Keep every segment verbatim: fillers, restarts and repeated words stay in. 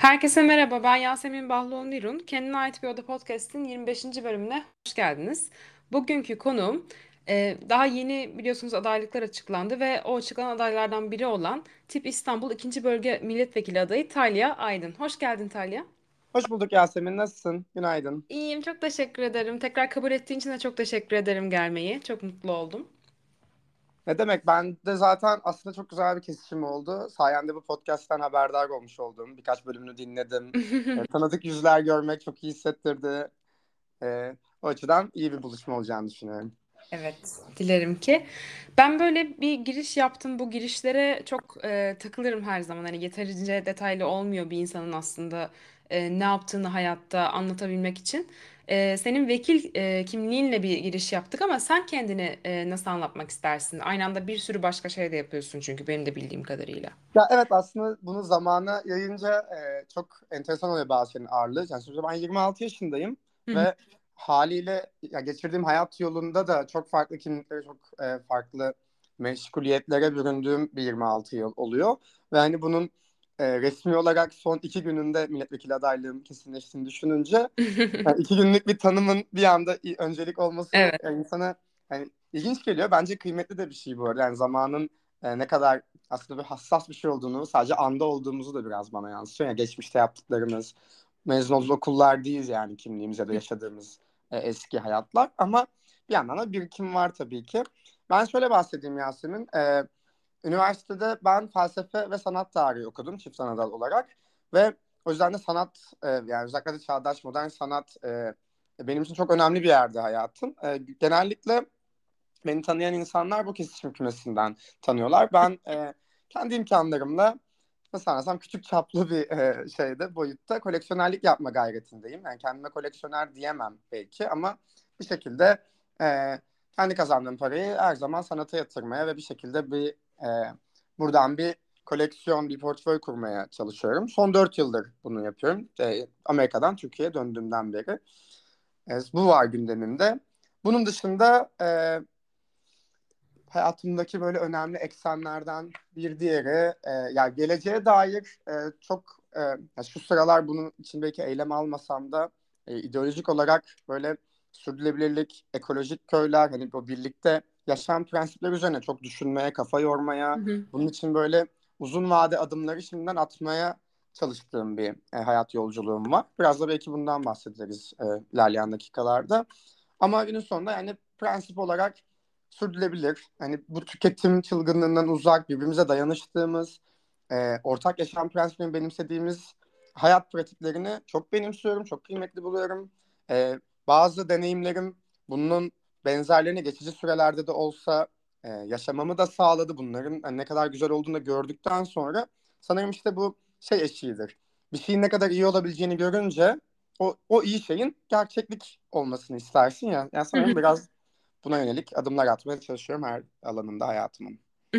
Herkese merhaba, ben Yasemin Bahloğlu-Nirun. Kendine ait bir oda podcast'in yirmi beşinci bölümüne hoş geldiniz. Bugünkü konuğum, e, daha yeni biliyorsunuz adaylıklar açıklandı ve o açıklanan adaylardan biri olan Tip İstanbul ikinci Bölge Milletvekili adayı Talya Aydın. Hoş geldin Talya. Hoş bulduk Yasemin. Nasılsın? Günaydın. İyiyim, çok teşekkür ederim. Tekrar kabul ettiğin için de çok teşekkür ederim gelmeyi. Çok mutlu oldum. Ne demek? Ben de zaten aslında çok güzel bir kesişim oldu. Sayende bu podcast'ten haberdar olmuş oldum. Birkaç bölümünü dinledim. E, tanıdık yüzler görmek çok iyi hissettirdi. E, o açıdan iyi bir buluşma olacağını düşünüyorum. Evet, dilerim ki. Ben böyle bir giriş yaptım. Bu girişlere çok e, takılırım her zaman. Hani yeterince detaylı olmuyor bir insanın aslında e, ne yaptığını hayatta anlatabilmek için. E, senin vekil e, kimliğinle bir giriş yaptık ama sen kendini e, nasıl anlatmak istersin? Aynı anda bir sürü başka şey de yapıyorsun çünkü benim de bildiğim kadarıyla. Ya evet, aslında bunu zamana yayınca e, çok enteresan oluyor bazı şeylerin ağırlığı. Yani sonuçta ben yirmi altı yaşındayım Hı hı. ve haliyle ya geçirdiğim hayat yolunda da çok farklı kimliklere, çok e, farklı meşguliyetlere büründüğüm bir yirmi altı yıl oluyor. Ve hani bunun e, resmi olarak son iki gününde milletvekili adaylığım kesinleştiğini düşününce yani iki günlük bir tanımın bir anda i- öncelik olması Evet. e, insana hani ilginç geliyor. Bence kıymetli de bir şey bu arada. Yani zamanın e, ne kadar aslında bir hassas bir şey olduğunu, sadece anda olduğumuzu da biraz bana yansıtıyor. Yani geçmişte yaptıklarımız, mezun olduğumuz okullar değil yani kimliğimiz ya da yaşadığımız e, eski hayatlar. Ama bir yandan da birikim var tabii ki. Ben şöyle bahsedeyim Yasemin. E, üniversitede ben felsefe ve sanat tarihi okudum çift anadal olarak. Ve o yüzden de sanat, e, yani özellikle de çağdaş modern sanat e, benim için çok önemli bir yerde hayatım. E, genellikle beni tanıyan insanlar bu kesişim kümesinden tanıyorlar. Ben e, kendi imkanlarımla nasıl anlatsam küçük çaplı bir e, şeyde boyutta koleksiyonerlik yapma gayretindeyim. Yani kendime koleksiyoner diyemem belki ama bir şekilde e, kendi kazandığım parayı her zaman sanata yatırmaya ve bir şekilde bir e, buradan bir koleksiyon, bir portföy kurmaya çalışıyorum. Son dört yıldır bunu yapıyorum. E, Amerika'dan Türkiye'ye döndüğümden beri. E, bu var gündemimde. Bunun dışında e, hayatımdaki böyle önemli eksenlerden bir diğeri e, yani geleceğe dair e, çok e, ya şu sıralar bunun için belki eylem almasam da e, ideolojik olarak böyle sürdürülebilirlik, ekolojik köyler hani bu birlikte yaşam prensipleri üzerine çok düşünmeye, kafa Hı yormaya, hı. bunun için böyle uzun vade adımları şimdiden atmaya çalıştığım bir e, hayat yolculuğum var. Biraz da belki bundan bahsederiz e, ilerleyen dakikalarda. Ama günün sonunda yani prensip olarak sürdürülebilir. Hani bu tüketim çılgınlığından uzak, birbirimize dayanıştığımız, e, ortak yaşam prensibini benimsediğimiz hayat pratiklerini çok benimsiyorum, çok kıymetli buluyorum. E, bazı deneyimlerim bunun benzerlerini geçici sürelerde de olsa e, yaşamamı da sağladı. Bunların hani ne kadar güzel olduğunu da gördükten sonra sanırım işte bu şey eşiğidir. Bir şeyin ne kadar iyi olabileceğini görünce o, o iyi şeyin gerçeklik olmasını istersin ya. Yani Hı hı. sanırım biraz buna yönelik adımlar atmaya çalışıyorum her alanında hayatımın.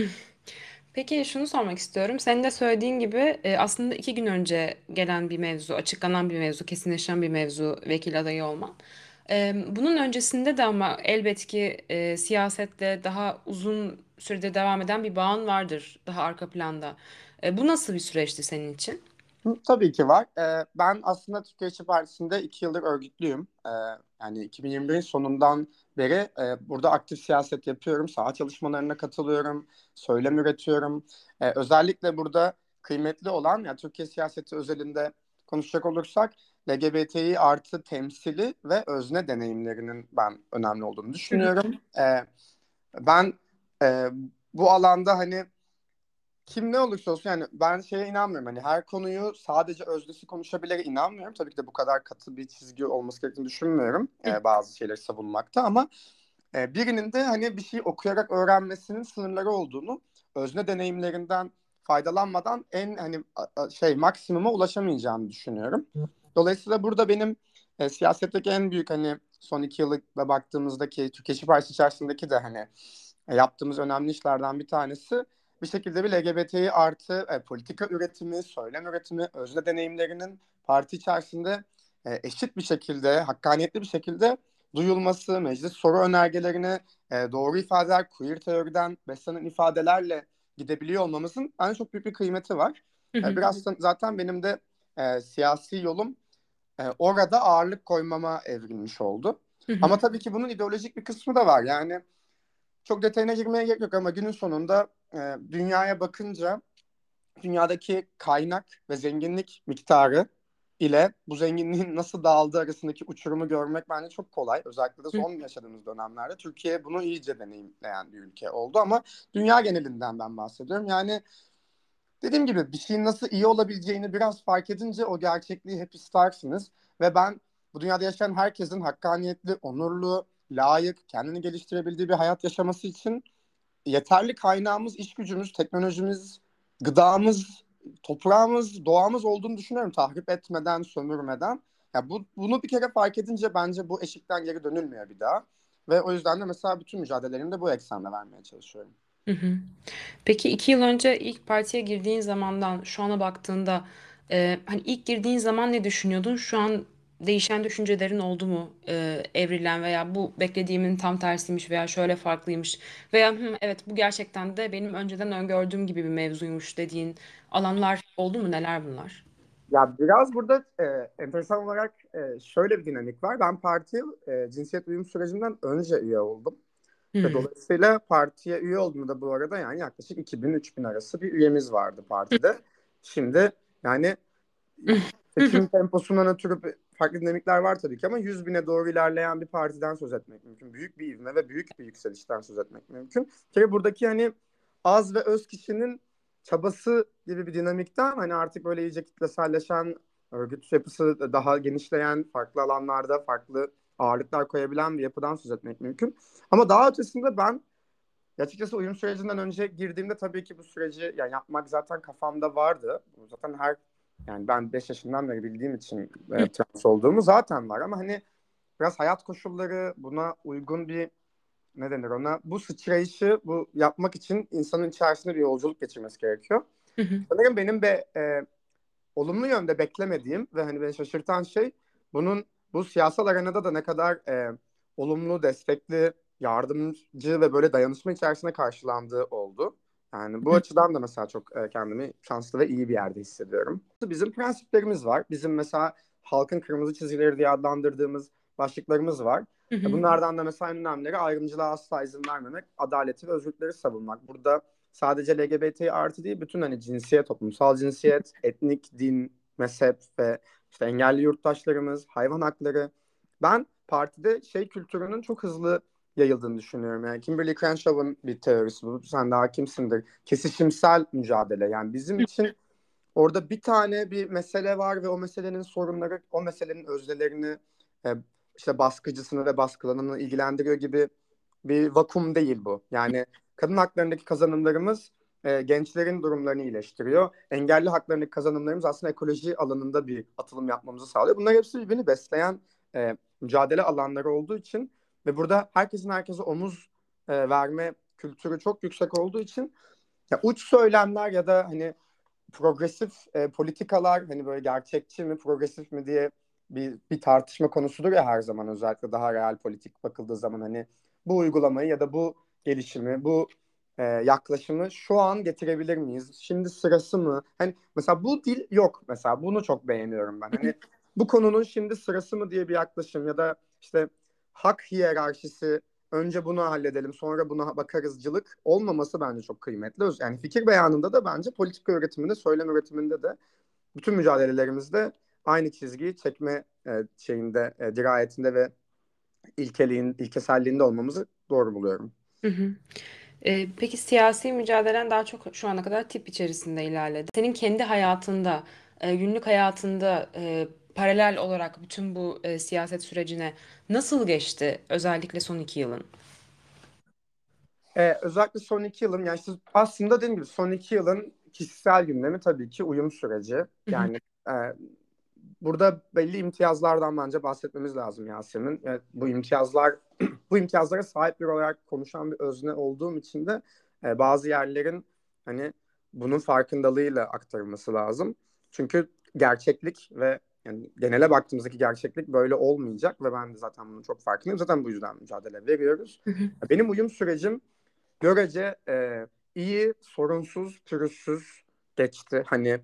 Peki şunu sormak istiyorum. Senin de söylediğin gibi e, aslında iki gün önce gelen bir mevzu, açıklanan bir mevzu, kesinleşen bir mevzu vekil adayı olman. E, Bunun öncesinde de ama elbet ki e, siyasetle daha uzun sürede devam eden bir bağın vardır daha arka planda. E, Bu nasıl bir süreçti senin için? Hı, tabii ki var. Ee, ben aslında Türkiye İşçi Partisi'nde iki yıldır örgütlüyüm. Ee, yani iki bin yirmi birin sonundan beri e, burada aktif siyaset yapıyorum. Saha çalışmalarına katılıyorum. Söylem üretiyorum. Ee, özellikle burada kıymetli olan, yani Türkiye siyaseti özelinde konuşacak olursak L G B T İ artı temsili ve özne deneyimlerinin ben önemli olduğunu Hı hı. düşünüyorum. Ee, ben e, bu alanda hani kim ne olursa olsun yani ben şeye inanmıyorum. Hani her konuyu sadece öznesi konuşabilere inanmıyorum. Tabii ki de bu kadar katı bir çizgi olması gerektiğini düşünmüyorum e, bazı şeyleri savunmakta ama e, birinin de hani bir şey okuyarak öğrenmesinin sınırları olduğunu, özne deneyimlerinden faydalanmadan en hani a- a- şey maksimuma ulaşamayacağını düşünüyorum. Dolayısıyla burada benim e, siyasetteki en büyük hani son iki yıllıkla baktığımızdaki Türkiye İşçi Partisi içerisindeki de hani e, yaptığımız önemli işlerden bir tanesi bir şekilde bir L G B T İ artı e, politika üretimi, söylem üretimi, özne deneyimlerinin parti içerisinde e, eşit bir şekilde, hakkaniyetli bir şekilde duyulması, meclis soru önergelerini e, doğru ifadeler, queer teoriden beslenen ifadelerle gidebiliyor olmamızın bence çok büyük bir kıymeti var. Hı E, hı. biraz da, zaten benim de e, siyasi yolum e, orada ağırlık koymama evrilmiş oldu. Hı hı. Ama tabii ki bunun ideolojik bir kısmı da var. Yani çok detayına girmeye gerek yok ama günün sonunda e, dünyaya bakınca dünyadaki kaynak ve zenginlik miktarı ile bu zenginliğin nasıl dağıldığı arasındaki uçurumu görmek bence çok kolay. Özellikle de Hı son yaşadığımız dönemlerde Türkiye bunu iyice deneyimleyen bir ülke oldu ama dünya genelinden ben bahsediyorum. Yani dediğim gibi bir şeyin nasıl iyi olabileceğini biraz fark edince o gerçekliği hep istersiniz. Ve ben bu dünyada yaşayan herkesin hakkaniyetli, onurlu, layık, kendini geliştirebildiği bir hayat yaşaması için yeterli kaynağımız, iş gücümüz, teknolojimiz, gıdamız, toprağımız, doğamız olduğunu düşünüyorum. Tahrip etmeden, sömürmeden. Ya bu, bunu bir kere fark edince bence bu eşikten geri dönülmüyor bir daha. Ve o yüzden de mesela bütün mücadelelerimi de bu eksende vermeye çalışıyorum. Hı hı. Peki iki yıl önce ilk partiye girdiğin zamandan şu ana baktığında e, hani ilk girdiğin zaman ne düşünüyordun? Şu an değişen düşüncelerin oldu mu? E, evrilen veya bu beklediğimin tam tersiymiş veya şöyle farklıymış veya "Hı, evet bu gerçekten de benim önceden öngördüğüm gibi bir mevzuymuş" dediğin alanlar oldu mu? Neler bunlar? Ya biraz burada e, enteresan olarak e, şöyle bir dinamik var. Ben partiye e, cinsiyet uyum sürecinden önce üye oldum. Ve Hı. dolayısıyla partiye üye olduğumda bu arada yani yaklaşık iki bin üç bin arası bir üyemiz vardı partide. Şimdi yani seçim temposundan ötürü farklı dinamikler var tabii ki ama yüz bine doğru ilerleyen bir partiden söz etmek mümkün. Büyük bir ivme ve büyük bir yükselişten söz etmek mümkün. Tabii buradaki hani az ve öz kişinin çabası gibi bir dinamikten hani artık böyle iyice kitleselleşen, örgüt yapısı daha genişleyen, farklı alanlarda farklı ağırlıklar koyabilen bir yapıdan söz etmek mümkün. Ama daha ötesinde ben açıkçası uyum sürecinden önce girdiğimde tabii ki bu süreci yani yapmak zaten kafamda vardı. Zaten her yani ben beş yaşından beri bildiğim için e, trans olduğumu zaten var ama hani biraz hayat koşulları buna uygun bir ne denir ona bu sıçrayışı bu yapmak için insanın içerisinde bir yolculuk geçirmesi gerekiyor. Sanırım benim de e, olumlu yönde beklemediğim ve hani beni şaşırtan şey bunun bu siyasal arenada da ne kadar e, olumlu, destekli, yardımcı ve böyle dayanışma içerisinde karşılandığı oldu. Yani bu açıdan da mesela çok e, kendimi şanslı ve iyi bir yerde hissediyorum. Bizim prensiplerimiz var. Bizim mesela halkın kırmızı çizgileri diye adlandırdığımız başlıklarımız var. E, Bunlardan da mesela en önemlileri ayrımcılığa asla izin vermemek, adaleti ve özgürlükleri savunmak. Burada sadece L G B T artı değil bütün hani cinsiyet, toplumsal cinsiyet, etnik, din, mezhep ve işte engelli yurttaşlarımız, hayvan hakları. Ben partide şey kültürünün çok hızlı yayıldığını düşünüyorum. Yani Kimberly Crenshaw'ın bir teorisi bu. Sen de hakimsindir. Kesişimsel mücadele. Yani bizim için orada bir tane bir mesele var ve o meselenin sorunları, o meselenin öznelerini, e, işte baskıcısını ve baskılananı ilgilendiriyor gibi bir vakum değil bu. Yani kadın haklarındaki kazanımlarımız e, gençlerin durumlarını iyileştiriyor. Engelli haklarındaki kazanımlarımız aslında ekoloji alanında bir atılım yapmamızı sağlıyor. Bunlar hepsi birbirini besleyen e, mücadele alanları olduğu için ve burada herkesin herkese omuz e, verme kültürü çok yüksek olduğu için ya uç söylemler ya da hani progresif e, politikalar hani böyle gerçekçi mi progresif mi diye bir, bir tartışma konusudur ya her zaman özellikle daha real politik bakıldığı zaman hani bu uygulamayı ya da bu gelişimi bu e, yaklaşımı şu an getirebilir miyiz? Şimdi sırası mı? Hani mesela bu dil yok mesela bunu çok beğeniyorum ben. Hani bu konunun şimdi sırası mı diye bir yaklaşım ya da işte hak hiyerarşisi önce bunu halledelim sonra buna bakarızcılık olmaması bence çok kıymetli. Yani fikir beyanında da bence politika üretiminde, söylem üretiminde de bütün mücadelelerimizde aynı çizgiyi çekme e, şeyinde, e, dirayetinde ve ilkeliğin, ilkeselliğinde olmamızı doğru buluyorum. Hı hı. Ee, peki siyasi mücadelen daha çok şu ana kadar tip içerisinde ilerledi. Senin kendi hayatında, e, günlük hayatında e, paralel olarak bütün bu e, siyaset sürecine nasıl geçti? Özellikle son iki yılın. Ee, özellikle son iki yılın, yani işte aslında dediğim gibi son iki yılın kişisel gündemi tabii ki uyum süreci. Hı hı. Yani e, burada belli imtiyazlardan bence bahsetmemiz lazım Yasemin. Evet, bu imtiyazlar, bu imtiyazlara sahip bir olarak konuşan bir özne olduğum için de e, bazı yerlerin hani bunun farkındalığıyla aktarılması lazım. Çünkü gerçeklik ve yani genele baktığımızdaki gerçeklik böyle olmayacak ve ben de zaten bunun çok farkındayım. Zaten bu yüzden mücadele veriyoruz. Hı hı. Benim uyum sürecim görece e, iyi, sorunsuz, pürüzsüz geçti. Hani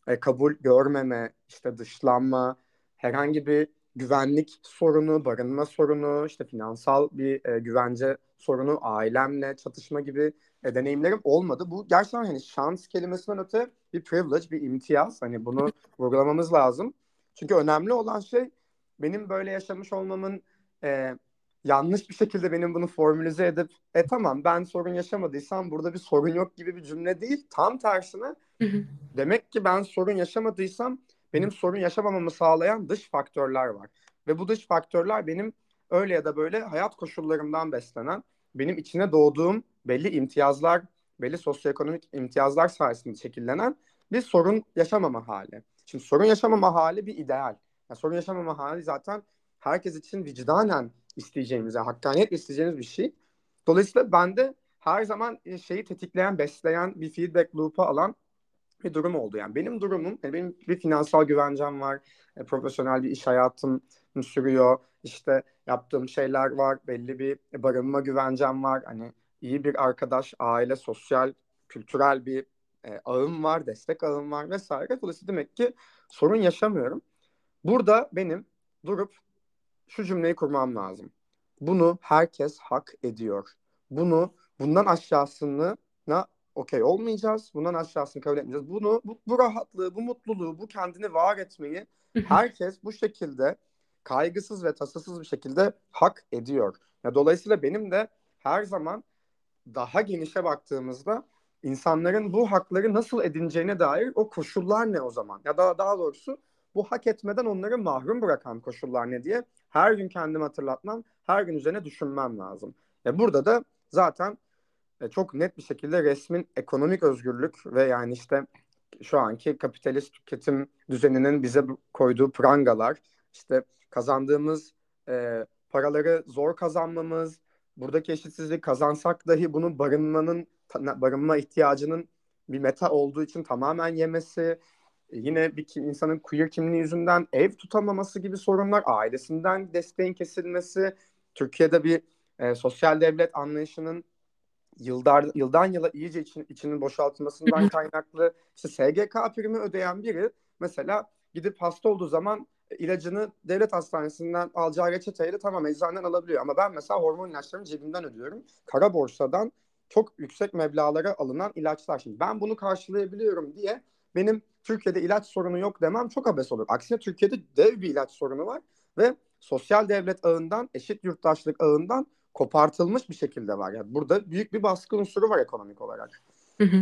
e, kabul görmeme, işte dışlanma, herhangi bir güvenlik sorunu, barınma sorunu, işte finansal bir e, güvence sorunu, ailemle çatışma gibi e, deneyimlerim olmadı. Bu gerçekten hani şans kelimesinden öte bir privilege, bir imtiyaz. Hani bunu vurgulamamız lazım. Çünkü önemli olan şey benim böyle yaşamış olmamın e, yanlış bir şekilde benim bunu formülize edip e tamam ben sorun yaşamadıysam burada bir sorun yok gibi bir cümle değil. Tam tersine Hı hı. demek ki ben sorun yaşamadıysam benim sorun yaşamamamı sağlayan dış faktörler var. Ve bu dış faktörler benim öyle ya da böyle hayat koşullarımdan beslenen, benim içine doğduğum belli imtiyazlar, belli sosyoekonomik imtiyazlar sayesinde şekillenen bir sorun yaşamama hali. Şimdi sorun yaşamama hali bir ideal. Yani sorun yaşamama hali zaten herkes için vicdanen isteyeceğimiz, yani hakkaniyetle isteyeceğimiz bir şey. Dolayısıyla bende her zaman şeyi tetikleyen, besleyen bir feedback loop'u alan bir durum oldu. Yani benim durumum, yani benim bir finansal güvencem var, e, profesyonel bir iş hayatım sürüyor, işte yaptığım şeyler var, belli bir barınma güvencem var, hani iyi bir arkadaş, aile, sosyal, kültürel bir e, ağım var, destek ağım var vesaire. Dolayısıyla demek ki sorun yaşamıyorum. Burada benim durup şu cümleyi kurmam lazım. Bunu herkes hak ediyor. Bunu bundan aşağısına okey olmayacağız. Bundan aşağısını kabul etmeyeceğiz. Bunu bu, bu rahatlığı, bu mutluluğu, bu kendini var etmeyi Hı hı. herkes bu şekilde kaygısız ve tasasız bir şekilde hak ediyor. Ya, dolayısıyla benim de her zaman daha genişe baktığımızda insanların bu hakları nasıl edineceğine dair o koşullar ne o zaman? Ya da daha doğrusu bu hak etmeden onları mahrum bırakan koşullar ne diye her gün kendime hatırlatmam, her gün üzerine düşünmem lazım. Ya burada da zaten e, çok net bir şekilde resmin ekonomik özgürlük ve yani işte şu anki kapitalist tüketim düzeninin bize koyduğu prangalar, işte kazandığımız e, paraları zor kazanmamız, buradaki eşitsizlik kazansak dahi bunun barınmanın, barınma ihtiyacının bir meta olduğu için tamamen yemesi, e, yine bir insanın queer kimliği yüzünden ev tutamaması gibi sorunlar, ailesinden desteğin kesilmesi, Türkiye'de bir e, sosyal devlet anlayışının yıllar, yıldan yıla iyice için, içinin Hı boşaltılmasından hı. kaynaklı işte S G K primi ödeyen biri mesela gidip hasta olduğu zaman ilacını devlet hastanesinden alacağı reçeteyle tamam eczaneden alabiliyor. Ama ben mesela hormon ilaçlarımı cebimden ödüyorum. Kara borsadan çok yüksek meblağlara alınan ilaçlar. Şimdi ben bunu karşılayabiliyorum diye benim Türkiye'de ilaç sorunu yok demem çok abes olur. Aksine Türkiye'de dev bir ilaç sorunu var ve sosyal devlet ağından, eşit yurttaşlık ağından kopartılmış bir şekilde var. Yani burada büyük bir baskı unsuru var ekonomik olarak. Hı hı.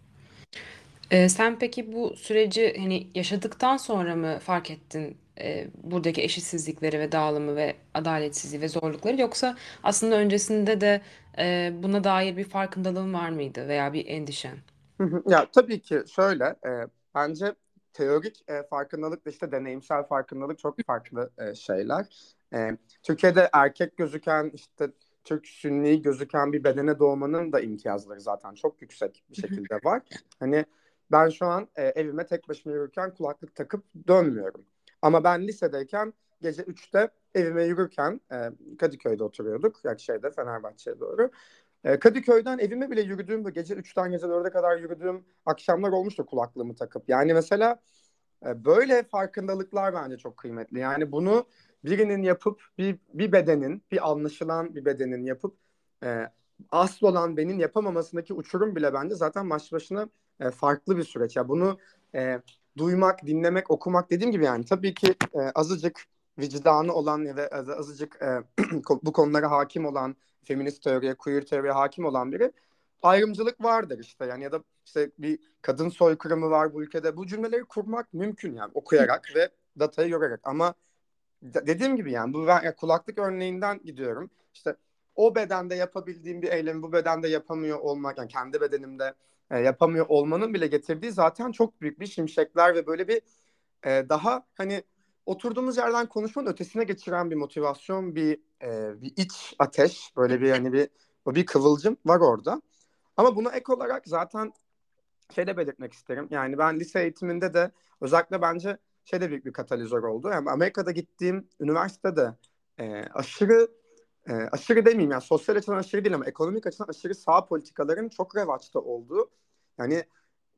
Ee, sen peki bu süreci hani yaşadıktan sonra mı fark ettin e, buradaki eşitsizlikleri ve dağılımı ve adaletsizliği ve zorlukları, yoksa aslında öncesinde de e, buna dair bir farkındalığın var mıydı veya bir endişen? Ya tabii ki şöyle, e, bence teorik e, farkındalıkla işte deneyimsel farkındalık çok farklı e, şeyler. E, Türkiye'de erkek gözüken işte Türk Sünni gözüken bir bedene doğmanın da imtiyazları zaten çok yüksek bir Hı hı. şekilde var. Hani ben şu an e, evime tek başıma yürürken kulaklık takıp dönmüyorum. Ama ben lisedeyken gece üçte evime yürürken e, Kadıköy'de oturuyorduk. Yani şeyde Fenerbahçe'ye doğru. E, Kadıköy'den evime bile yürüdüğüm ve gece üçten gece dörde kadar yürüdüğüm akşamlar olmuştu kulaklığımı takıp. Yani mesela e, böyle farkındalıklar bence çok kıymetli. Yani bunu birinin yapıp bir, bir bedenin, bir anlaşılan bir bedenin yapıp e, asıl olan benim yapamamasındaki uçurum bile bence zaten başlı başına e, farklı bir süreç. Ya bunu e, duymak, dinlemek, okumak dediğim gibi yani tabii ki e, azıcık vicdanı olan ve az- azıcık e, bu konulara hakim olan, feminist teoriye, queer teoriye hakim olan biri ayrımcılık vardır işte yani ya da işte bir kadın soykırımı var bu ülkede. Bu cümleleri kurmak mümkün yani okuyarak ve datayı görerak ama de- dediğim gibi yani bu ben ya kulaklık örneğinden gidiyorum. İşte o bedende yapabildiğim bir eylemi bu bedende yapamıyor olmak yani kendi bedenimde e, yapamıyor olmanın bile getirdiği zaten çok büyük bir şimşekler ve böyle bir e, daha hani oturduğumuz yerden konuşmanın ötesine geçiren bir motivasyon, bir e, bir iç ateş, böyle bir hani bir bir kıvılcım var orada. Ama buna ek olarak zaten şey de belirtmek isterim. Yani ben lise eğitiminde de özellikle bence şey de büyük bir katalizör oldu. Yani Amerika'da gittiğim üniversitede e, aşırı e, aşırı demeyeyim yani sosyal açıdan aşırı değil ama ekonomik açıdan aşırı sağ politikaların çok revaçta olduğu yani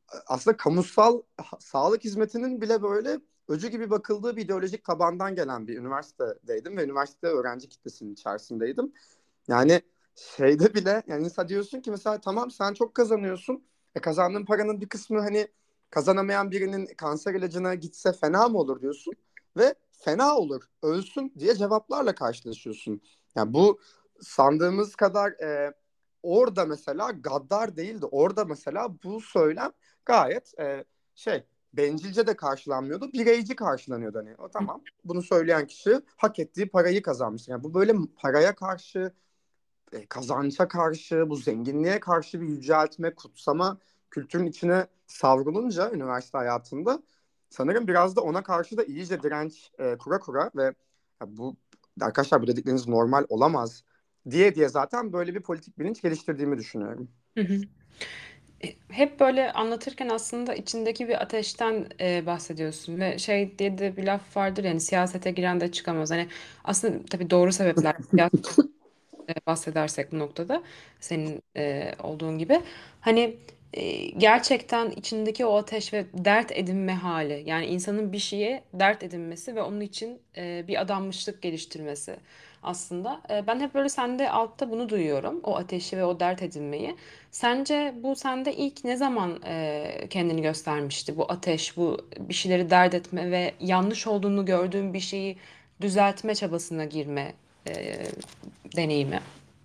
aslında kamusal sağlık hizmetinin bile böyle öcü gibi bakıldığı bir ideolojik tabandan gelen bir üniversitedeydim ve üniversite öğrenci kitlesinin içerisindeydim. Yani şeyde bile yani insan diyorsun ki mesela tamam sen çok kazanıyorsun. E kazandığın paranın bir kısmı hani kazanamayan birinin kanser ilacına gitse fena mı olur diyorsun. Ve fena olur, ölsün diye cevaplarla karşılaşıyorsun. Yani bu sandığımız kadar e, orada mesela gaddar değildi. Orada mesela bu söylem gayet e, şey bencilce de karşılanmıyordu. Bireyci karşılanıyordu. Hani o tamam bunu söyleyen kişi hak ettiği parayı kazanmış. Yani bu böyle paraya karşı e, kazança karşı, bu zenginliğe karşı bir yüceltme, kutsama kültürün içine savrulunca üniversite hayatında sanırım biraz da ona karşı da iyice direnç e, kura kura ve ya bu arkadaşlar bu dedikleriniz normal olamaz diye diye zaten böyle bir politik bilinç geliştirdiğimi düşünüyorum. Hı hı. E, Hep böyle anlatırken aslında içindeki bir ateşten e, bahsediyorsun ve şey diye de bir laf vardır yani siyasete giren de çıkamaz. Hani aslında tabii doğru sebepler e, bahsedersek bu noktada senin e, olduğun gibi hani e, gerçekten içindeki o ateş ve dert edinme hali yani insanın bir şeye dert edinmesi ve onun için e, bir adanmışlık geliştirmesi aslında. E, ben hep böyle sende altta bunu duyuyorum o ateşi ve o dert edinmeyi. Sence bu sende ilk ne zaman e, kendini göstermişti bu ateş, bu bir şeyleri dert etme ve yanlış olduğunu gördüğün bir şeyi düzeltme çabasına girme e, deneyimi?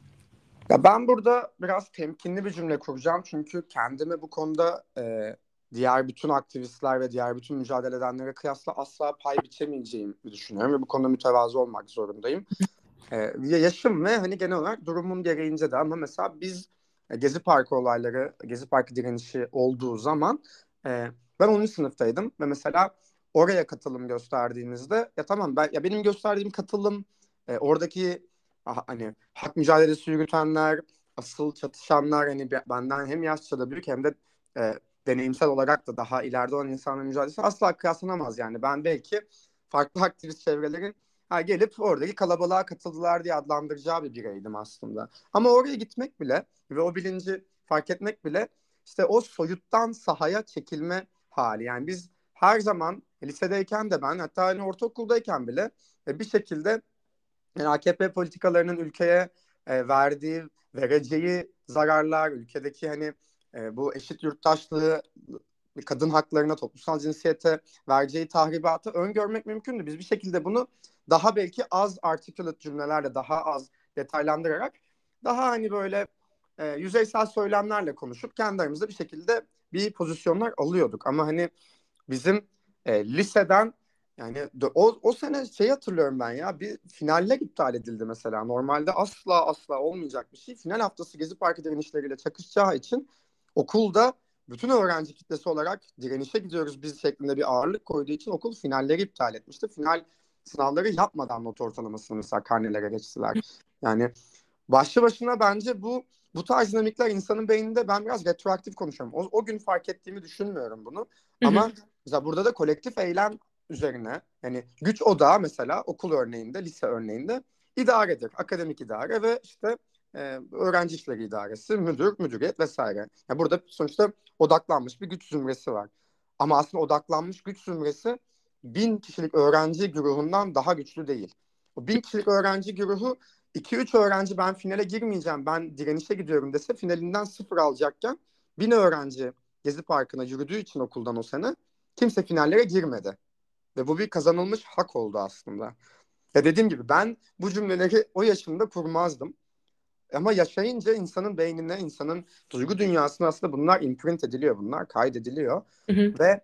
Ya ben burada biraz temkinli bir cümle kuracağım çünkü kendimi bu konuda e, diğer bütün aktivistler ve diğer bütün mücadele edenlere kıyasla asla pay biçemeyeceğimi düşünüyorum ve bu konuda mütevazı olmak zorundayım. E, yaşım ve hani genel olarak durumun gereğince de ama mesela biz e, Gezi Parkı olayları, Gezi Parkı direnişi olduğu zaman e, ben onuncu sınıftaydım ve mesela oraya katılım gösterdiğinizde ya tamam ben ya benim gösterdiğim katılım e, oradaki ah, hani hak mücadelesi yürütenler, asıl çatışanlar hani be- benden hem yaşça da büyük hem de e, deneyimsel olarak da daha ileride olan insanların mücadelesi asla kıyaslanamaz yani. Ben belki farklı aktivist çevrelerin ha, gelip oradaki kalabalığa katıldılar diye adlandıracağı bir bireydim aslında. Ama oraya gitmek bile ve o bilinci fark etmek bile işte o soyuttan sahaya çekilme hali. Yani biz her zaman lisedeyken de ben hatta hani ortaokuldayken bile e, bir şekilde yani A K P politikalarının ülkeye e, verdiği, vereceği zararlar, ülkedeki hani e, bu eşit yurttaşlığı, kadın haklarına, toplumsal cinsiyete vereceği tahribatı öngörmek mümkündü. Biz bir şekilde bunu daha belki az articulate cümlelerle, daha az detaylandırarak, daha hani böyle e, yüzeysel söylemlerle konuşup kendi aramızda bir şekilde bir pozisyonlar alıyorduk. Ama hani bizim e, liseden yani o, o sene şey hatırlıyorum ben ya bir finaller iptal edildi mesela. Normalde asla asla olmayacak bir şey. Final haftası Gezi Parkı direnişleriyle çakışacağı için okulda bütün öğrenci kitlesi olarak direnişe gidiyoruz biz şeklinde bir ağırlık koyduğu için okul finalleri iptal etmişti. Final sınavları yapmadan not ortalamasını mesela karnelere geçtiler. Yani başlı başına bence bu bu tarz dinamikler insanın beyninde ben biraz retroaktif konuşuyorum. O, o gün fark ettiğimi düşünmüyorum bunu. Hı hı, Ama mesela burada da kolektif eylem üzerine yani güç odağı mesela okul örneğinde, lise örneğinde idaredir. Akademik idare ve işte e, öğrenci işleri idaresi, müdür, müdüriyet vesaire. Yani burada sonuçta odaklanmış bir güç zümresi var. Ama aslında odaklanmış güç zümresi bin kişilik öğrenci güruhundan daha güçlü değil. O bin kişilik öğrenci güruhu iki üç öğrenci ben finale girmeyeceğim, ben direnişe gidiyorum dese finalinden sıfır alacakken bin öğrenci Gezi Parkı'na yürüdüğü için okuldan o sene kimse finallere girmedi. Ve bu bir kazanılmış hak oldu aslında. Ya dediğim gibi ben bu cümleleri o yaşımda kurmazdım. Ama yaşayınca insanın beynine, insanın duygu dünyasına aslında bunlar imprint ediliyor, bunlar kaydediliyor. hı hı. Ve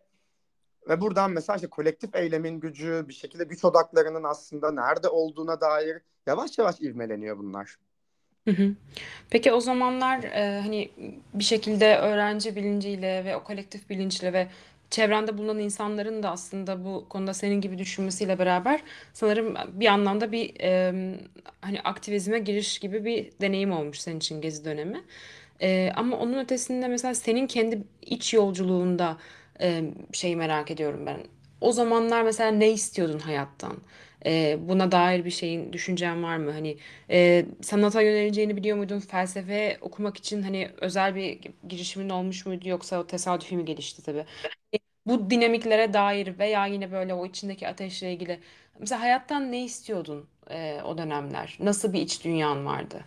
ve buradan mesela işte kolektif eylemin gücü, bir şekilde güç odaklarının aslında nerede olduğuna dair yavaş yavaş ivmeleniyor bunlar. Hı hı. Peki o zamanlar e, hani bir şekilde öğrenci bilinciyle ve o kolektif bilinçle ve çevrende bulunan insanların da aslında bu konuda senin gibi düşünmesiyle beraber sanırım bir anlamda bir e, hani aktivizme giriş gibi bir deneyim olmuş senin için Gezi dönemi. E, ama onun ötesinde mesela senin kendi iç yolculuğunda e, şeyi merak ediyorum ben. O zamanlar mesela ne istiyordun hayattan? E, buna dair bir şeyin, düşüncen var mı? Hani e, sanata yöneleceğini biliyor muydun? Felsefe okumak için hani özel bir girişimin olmuş muydu, yoksa o tesadüfi mi gelişti tabii? Bu dinamiklere dair veya yine böyle o içindeki ateşle ilgili. Mesela hayattan ne istiyordun e, o dönemler? Nasıl bir iç dünyan vardı?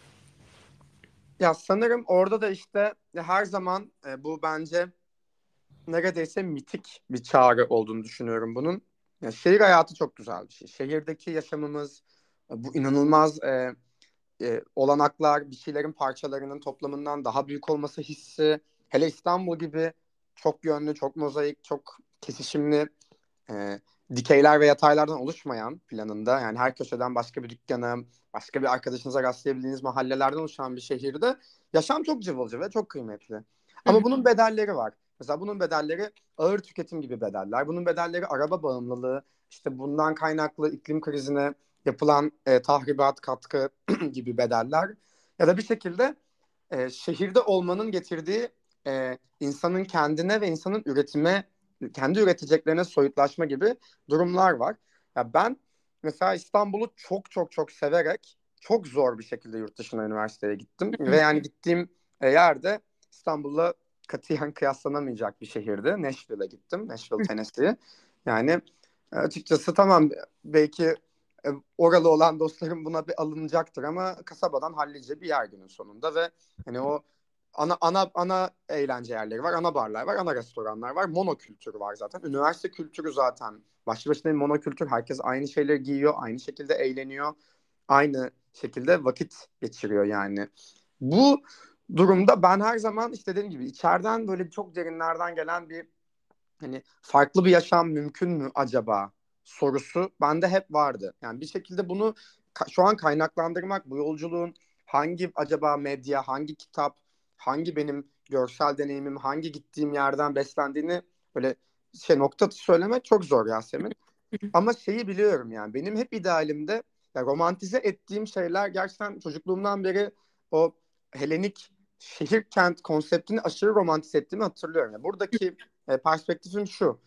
Ya sanırım orada da işte her zaman e, bu bence neredeyse mitik bir çağrı olduğunu düşünüyorum bunun. Ya şehir hayatı çok güzel bir şey. Şehirdeki yaşamımız, e, bu inanılmaz e, e, olanaklar, bir şeylerin parçalarının toplamından daha büyük olması hissi, hele İstanbul gibi çok yönlü, çok mozaik, çok kesişimli, e, dikeyler ve yataylardan oluşmayan planında, yani her köşeden başka bir dükkana, başka bir arkadaşınıza rastlayabildiğiniz mahallelerden oluşan bir şehirde yaşam çok cıvılcı ve çok kıymetli. Hı Ama hı, bunun bedelleri var. Mesela bunun bedelleri ağır tüketim gibi bedeller. Bunun bedelleri araba bağımlılığı, işte bundan kaynaklı iklim krizine yapılan e, tahribat, katkı gibi bedeller. Ya da bir şekilde e, şehirde olmanın getirdiği e, insanın kendine ve insanın üretime, kendi üreteceklerine soyutlaşma gibi durumlar var. Ya ben mesela İstanbul'u çok çok çok severek çok zor bir şekilde yurt dışına üniversiteye gittim hı ve yani gittiğim e, yerde İstanbul'la katiyen kıyaslanamayacak bir şehirdi. Nashville'e gittim. Nashville, hı, Tennessee. Yani e, açıkçası tamam, belki e, oralı olan dostlarım buna bir alınacaktır ama kasabadan hallice bir yer günün sonunda ve hani o ana ana ana eğlence yerleri var, ana barlar var, ana restoranlar var, monokültür var zaten. Üniversite kültürü zaten başlı başına bir monokültür. Herkes aynı şeyleri giyiyor, aynı şekilde eğleniyor, aynı şekilde vakit geçiriyor yani. Bu durumda ben her zaman işte dediğim gibi içeriden böyle çok derinlerden gelen bir, hani farklı bir yaşam mümkün mü acaba sorusu bende hep vardı. Yani bir şekilde bunu ka- şu an kaynaklandırmak, bu yolculuğun hangi acaba medya, hangi kitap, hangi benim görsel deneyimim, hangi gittiğim yerden beslendiğini böyle şey nokta atışı söylemek çok zor Yasemin. hı. Ama şeyi biliyorum, yani benim hep idealimde ya romantize ettiğim şeyler gerçekten çocukluğumdan beri o Helenik şehir kent konseptini aşırı romantize ettiğimi hatırlıyorum. Yani buradaki e, perspektifim şu: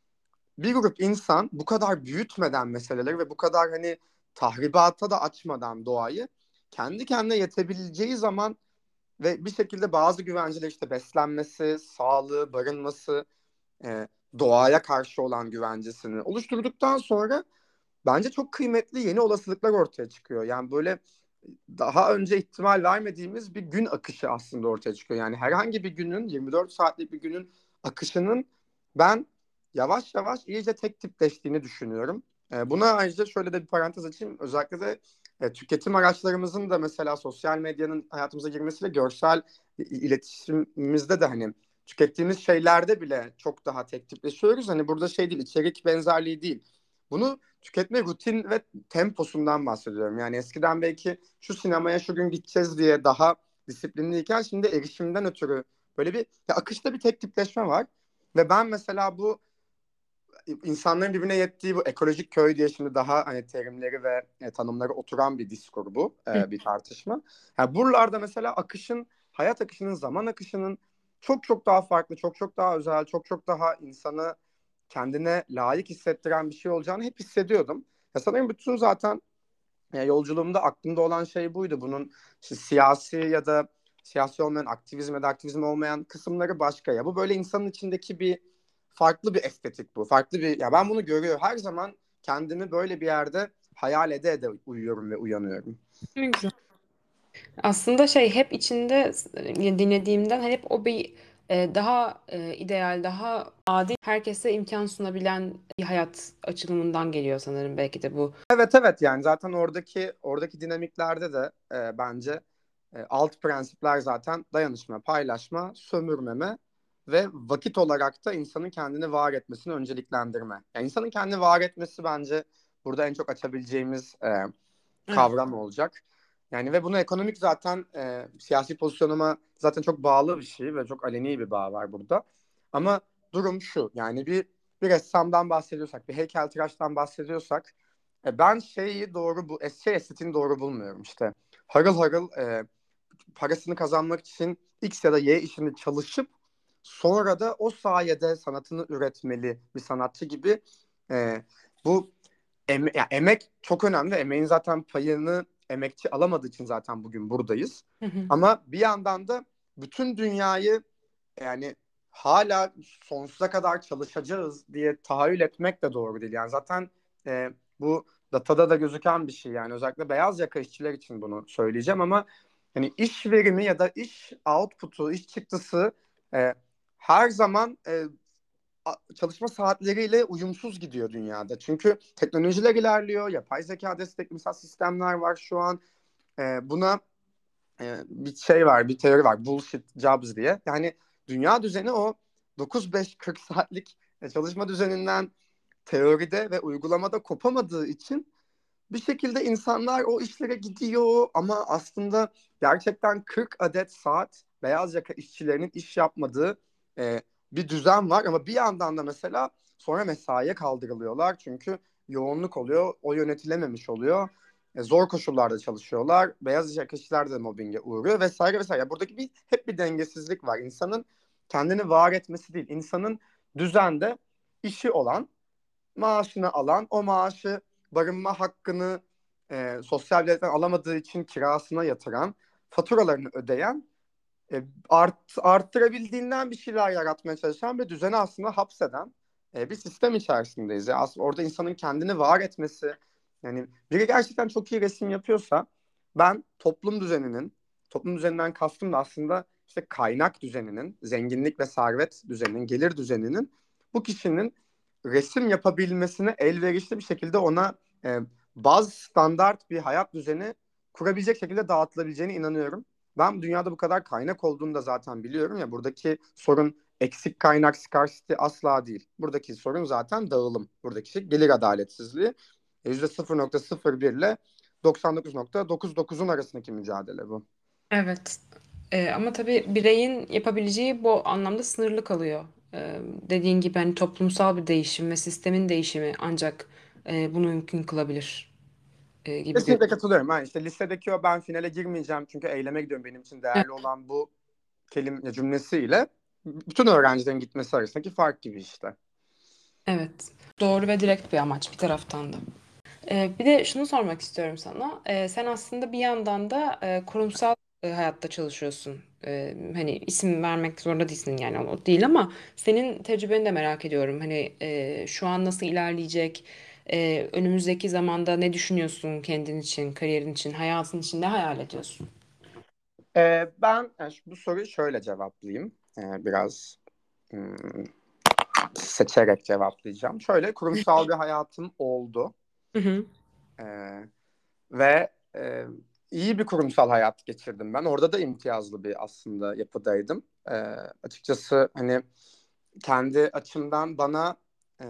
bir grup insan bu kadar büyütmeden meseleleri ve bu kadar hani tahribata da açmadan doğayı kendi kendine yetebileceği zaman ve bir şekilde bazı güvenceler, işte beslenmesi, sağlığı, barınması, e, doğaya karşı olan güvencesini oluşturduktan sonra bence çok kıymetli yeni olasılıklar ortaya çıkıyor. Yani böyle daha önce ihtimal vermediğimiz bir gün akışı aslında ortaya çıkıyor. Yani herhangi bir günün, yirmi dört saatlik bir günün akışının ben yavaş yavaş iyice tek tipleştiğini düşünüyorum. E, buna ayrıca şöyle de bir parantez açayım. Özellikle de e, tüketim araçlarımızın da mesela sosyal medyanın hayatımıza girmesiyle görsel iletişimimizde de hani tükettiğimiz şeylerde bile çok daha tek tipleşiyoruz. Hani burada şey değil, içerik benzerliği değil. Bunu tüketme rutin ve temposundan bahsediyorum. Yani eskiden belki şu sinemaya şu gün gideceğiz diye daha disiplinliyken şimdi erişimden ötürü böyle bir ya akışta bir tek tipleşme var. Ve ben mesela bu insanların birbirine yettiği bu ekolojik köy diye şimdi daha hani terimleri ve e, tanımları oturan bir diskur bu, e, bir tartışma. Yani buralarda mesela akışın, hayat akışının, zaman akışının çok çok daha farklı, çok çok daha özel, çok çok daha insanı kendine layık hissettiren bir şey olacağını hep hissediyordum. Ya sanırım bütün zaten e, yolculuğumda aklımda olan şey buydu. Bunun işte siyasi ya da siyasi olmayan, aktivizm ya da aktivizm olmayan kısımları başka. Ya bu böyle insanın içindeki bir farklı bir estetik bu. Farklı bir, ya ben bunu görüyorum. Her zaman kendimi böyle bir yerde hayal ede ede uyuyorum ve uyanıyorum. Ne güzel. Aslında şey, hep içinde e, dinlediğimden hani hep o bir e, daha e, ideal, daha adil, herkese imkan sunabilen bir hayat açılımından geliyor sanırım belki de bu. Evet, evet, yani zaten oradaki oradaki dinamiklerde de e, bence e, alt prensipler zaten dayanışma, paylaşma, sömürmeme ve vakit olarak da insanın kendini var etmesini önceliklendirme. Yani insanın kendini var etmesi bence burada en çok açabileceğimiz e, Evet. kavram olacak. Yani ve bunu ekonomik zaten e, siyasi pozisyonuma zaten çok bağlı bir şey ve çok aleni bir bağ var burada. Ama durum şu: yani bir bir ressamdan bahsediyorsak, bir heykeltıraştan bahsediyorsak e, ben şeyi doğru bu şey estetiğini doğru bulmuyorum işte. Harıl harıl e, parasını kazanmak için X ya da Y işini çalışıp sonra da o sayede sanatını üretmeli bir sanatçı gibi e, bu Eme- ya emek çok önemli. Emeğin zaten payını emekçi alamadığı için zaten bugün buradayız. Hı hı. Ama bir yandan da bütün dünyayı, yani hala sonsuza kadar çalışacağız diye tahayyül etmek de doğru değil. Yani zaten e, bu datada da gözüken bir şey. Yani özellikle beyaz yaka işçiler için bunu söyleyeceğim ama hani iş verimi ya da iş output'u, iş çıktısı e, her zaman e, çalışma saatleriyle uyumsuz gidiyor dünyada. Çünkü teknolojiler ilerliyor, yapay zeka destekli mesela sistemler var şu an. E, buna e, bir şey var, bir teori var, bullshit jobs diye. Yani dünya düzeni o dokuz beş kırk saatlik e, çalışma düzeninden teoride ve uygulamada kopamadığı için bir şekilde insanlar o işlere gidiyor ama aslında gerçekten kırk adet saat beyaz yaka işçilerinin iş yapmadığı e, bir düzen var ama bir yandan da mesela sonra mesaiye kaldırılıyorlar çünkü yoğunluk oluyor, o yönetilememiş oluyor. E, zor koşullarda çalışıyorlar. Beyaz yaka işçiler de mobbinge uğruyor vesaire vesaire. Yani buradaki bir hep bir dengesizlik var. İnsanın kendini var etmesi değil, insanın düzende işi olan, maaşını alan, o maaşı barınma hakkını e, sosyal devletten alamadığı için kirasına yatıran, faturalarını ödeyen, e, art, arttırabildiğinden bir şeyler yaratmaya çalışan ve düzeni aslında hapseden e, bir sistem içerisindeyiz. Yani aslında orada insanın kendini var etmesi, yani biri gerçekten çok iyi resim yapıyorsa ben toplum düzeninin, toplum düzeninden kastım da aslında işte kaynak düzeninin, zenginlik ve servet düzeninin, gelir düzeninin bu kişinin resim yapabilmesine elverişli bir şekilde ona e, baz standart bir hayat düzeni kurabilecek şekilde dağıtılabileceğine inanıyorum. Ben dünyada bu kadar kaynak olduğunu da zaten biliyorum ya. Buradaki sorun eksik kaynak, scarcity asla değil. Buradaki sorun zaten dağılım. Buradaki şey gelir adaletsizliği. E, yüzde sıfır nokta sıfır bir ile doksan dokuz nokta dokuz dokuzun arasındaki mücadele bu. Evet. Ee, ama tabii bireyin yapabileceği bu anlamda sınırlı kalıyor. Ee, dediğin gibi hani toplumsal bir değişim ve sistemin değişimi ancak e, bunu mümkün kılabilir e, gibi görünüyor. Kesinlikle katılıyorum. Yani işte listedeki o ben finale girmeyeceğim çünkü eyleme gidiyorum benim için değerli olan bu kelime cümlesiyle bütün öğrencilerin gitmesi arasındaki fark gibi işte. Evet. Doğru ve direkt bir amaç bir taraftan da. Ee, bir de şunu sormak istiyorum sana. Ee, sen aslında bir yandan da e, kurumsal e, hayatta çalışıyorsun. Ee, hani isim vermek zorunda değilsin yani o değil ama senin tecrübeni de merak ediyorum. Hani e, şu an nasıl ilerleyecek? Ee, önümüzdeki zamanda ne düşünüyorsun kendin için, kariyerin için, hayatın için ne hayal ediyorsun? Ee, ben yani şu- bu soruyu şöyle cevaplayayım. Ee, biraz hmm, seçerek cevaplayacağım. Şöyle kurumsal bir hayatım oldu. Hı hı. Ee, ve e, iyi bir kurumsal hayat geçirdim ben. Orada da imtiyazlı bir aslında yapıdaydım. Ee, açıkçası hani kendi açımdan bana e,